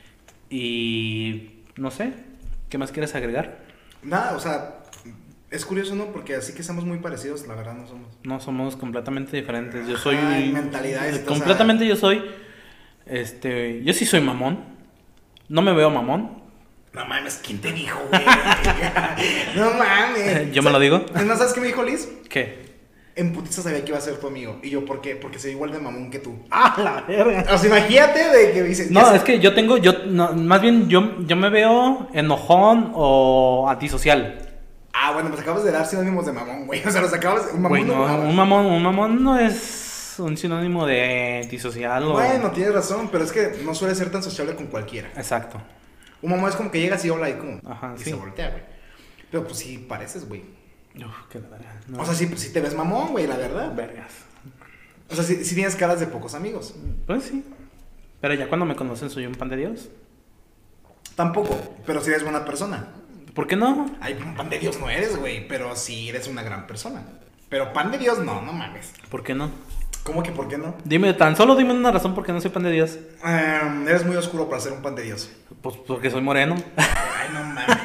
y no sé, ¿qué más quieres agregar? Nada, o sea, es curioso, ¿no? Porque así que somos muy parecidos, la verdad no somos. No, somos completamente diferentes. Yo soy... mentalidades. Completamente yo soy... yo sí soy mamón. No me veo mamón. No mames, ¿quién te dijo, güey? No mames. ¿Yo me lo digo? ¿No sabes qué me dijo Liz? ¿Qué? En putiza sabía que iba a ser tu amigo. Y yo, ¿por qué? Porque soy igual de mamón que tú. ¡Ah, la verga! O sea, imagínate de que dices... No, es que más bien yo me veo enojón o antisocial. Ah, bueno, pues acabas de dar sinónimos de mamón, güey. O sea, los acabas... Un mamón Güey, no, no, un mamón no es un sinónimo de antisocial o... Bueno, tienes razón, pero es que no suele ser tan sociable con cualquiera. Exacto. Un mamón es como que llegas y habla ahí como... Ajá, y sí. se voltea, güey. Pero pues sí pareces, güey. Uf, qué verga. No. O sea, sí, pues, sí te ves mamón, güey, la verdad. Vergas. O sea, sí tienes caras de pocos amigos. Pues sí. Pero ya cuando me conocen soy un pan de Dios. Tampoco, pero sí eres buena persona. ¿Por qué no? Ay, un pan de Dios no eres, güey, pero sí eres una gran persona. Pero pan de Dios no mames. ¿Por qué no? ¿Cómo que por qué no? Tan solo dime una razón por qué no soy pan de Dios. Eres muy oscuro para ser un pan de Dios. Pues porque soy moreno. Ay, no mames.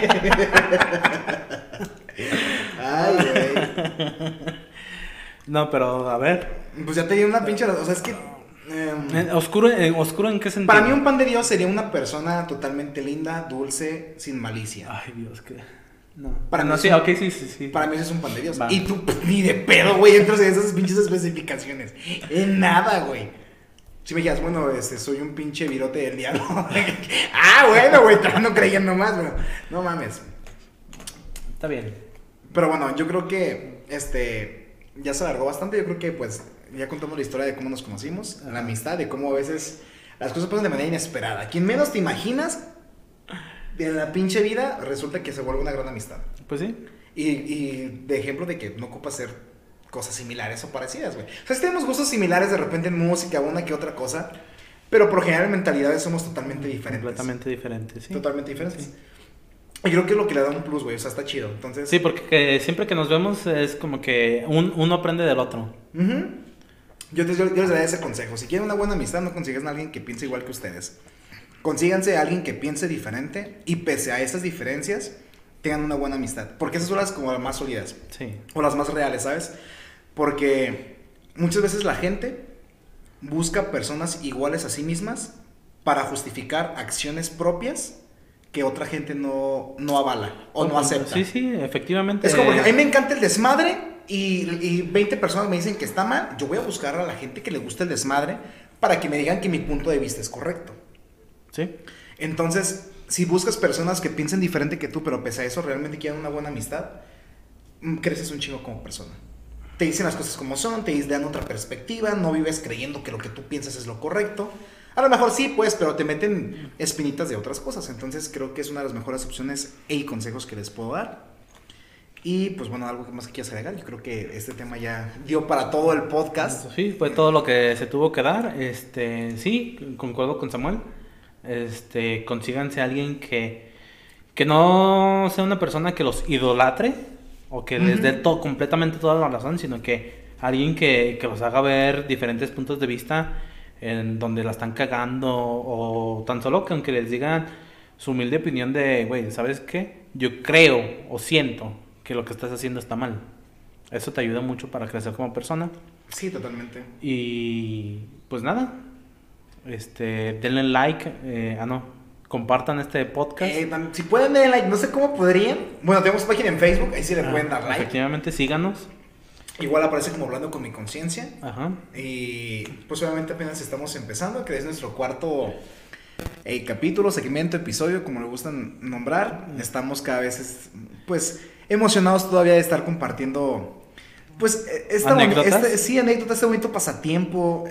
Ay, güey. No, pero a ver. Pues ya te di una pinche... O sea, es que... ¿Oscuro en qué sentido? Para mí un pan de Dios sería una persona totalmente linda, dulce, sin malicia. Ay, Dios, que... No. Para no, mí sí, es un- ok, sí. Para mí ese es un pan de Dios. Va. Y tú, pues, ni de pedo, güey, entras en esas pinches especificaciones. En nada, güey. Si me dijeras, bueno, soy un pinche virote del diablo. Ah, bueno, güey, estás no creyendo más, güey. No mames. Está bien. Pero bueno, yo creo que, ya se alargó bastante. Yo creo que, pues, ya contamos la historia de cómo nos conocimos, la amistad, de cómo a veces las cosas pasan de manera inesperada. Quien menos te imaginas, de la pinche vida, resulta que se vuelve una gran amistad. Pues sí. Y de ejemplo de que no ocupa hacer cosas similares o parecidas, güey. O sea, sí tenemos gustos similares de repente en música, una que otra cosa, pero por general en mentalidades somos totalmente diferentes. Completamente diferente, sí. Totalmente diferentes. Sí. Y creo que es lo que le da un plus, güey. O sea, está chido. Entonces... Sí, porque siempre que nos vemos es como que uno aprende del otro. Ujú. Yo les daría ese consejo. Si quieren una buena amistad, no consigan a alguien que piense igual que ustedes. Consíganse a alguien que piense diferente y pese a esas diferencias, tengan una buena amistad. Porque esas son las como las más sólidas. Sí. O las más reales, ¿sabes? Porque muchas veces la gente busca personas iguales a sí mismas para justificar acciones propias que otra gente no avala o no acepta. Sí, efectivamente. Es como que a mí me encanta el desmadre y 20 personas me dicen que está mal. Yo voy a buscar a la gente que le guste el desmadre para que me digan que mi punto de vista es correcto. Sí. Entonces, si buscas personas que piensen diferente que tú, pero pese a eso realmente quieren una buena amistad, creces un chingo como persona. Te dicen las cosas como son, te dan otra perspectiva, no vives creyendo que lo que tú piensas es lo correcto. A lo mejor sí, pues, pero te meten espinitas de otras cosas. Entonces creo que es una de las mejores opciones y consejos que les puedo dar. Y pues bueno, algo más que quieras agregar. Yo creo que este tema ya dio para todo el podcast. Sí, fue todo lo que se tuvo que dar. Sí, concuerdo con Samuel. Consíganse a alguien que no sea una persona que los idolatre o que les dé completamente toda la razón, sino que alguien que los haga ver diferentes puntos de vista en donde la están cagando, o tan solo que aunque les digan su humilde opinión de, güey, ¿sabes qué? Yo creo o siento que lo que estás haciendo está mal. Eso te ayuda mucho para crecer como persona. Sí, totalmente. Y pues nada, denle like, compartan este podcast. Si pueden darle like, no sé cómo podrían. Bueno, tenemos página en Facebook, ahí sí le pueden dar like. Efectivamente, síganos. Igual aparece como Hablando con mi conciencia. Ajá. Y pues obviamente apenas estamos empezando, que es nuestro cuarto capítulo, segmento, episodio, como le gustan nombrar. Estamos cada vez pues emocionados todavía de estar compartiendo pues ¿Anécdotas? Anécdotas, este bonito pasatiempo.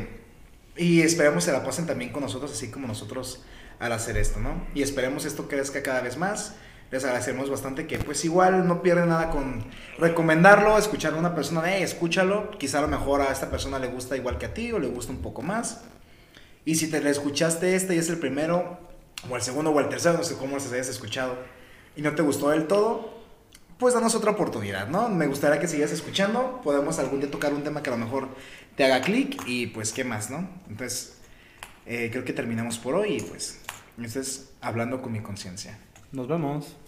Y esperemos se la pasen también con nosotros, así como nosotros al hacer esto, ¿no? Y esperemos esto crezca cada vez más. Les agradecemos bastante que pues igual no pierden nada con recomendarlo, escuchar a una persona, escúchalo, quizá a lo mejor a esta persona le gusta igual que a ti o le gusta un poco más. Y si te le escuchaste y es el primero, o el segundo o el tercero, no sé cómo los hayas escuchado, y no te gustó del todo, pues danos otra oportunidad, ¿no? Me gustaría que sigas escuchando, podemos algún día tocar un tema que a lo mejor te haga clic y pues qué más, ¿no? Entonces, creo que terminamos por hoy y pues, esto es Hablando con mi conciencia. Nos vemos.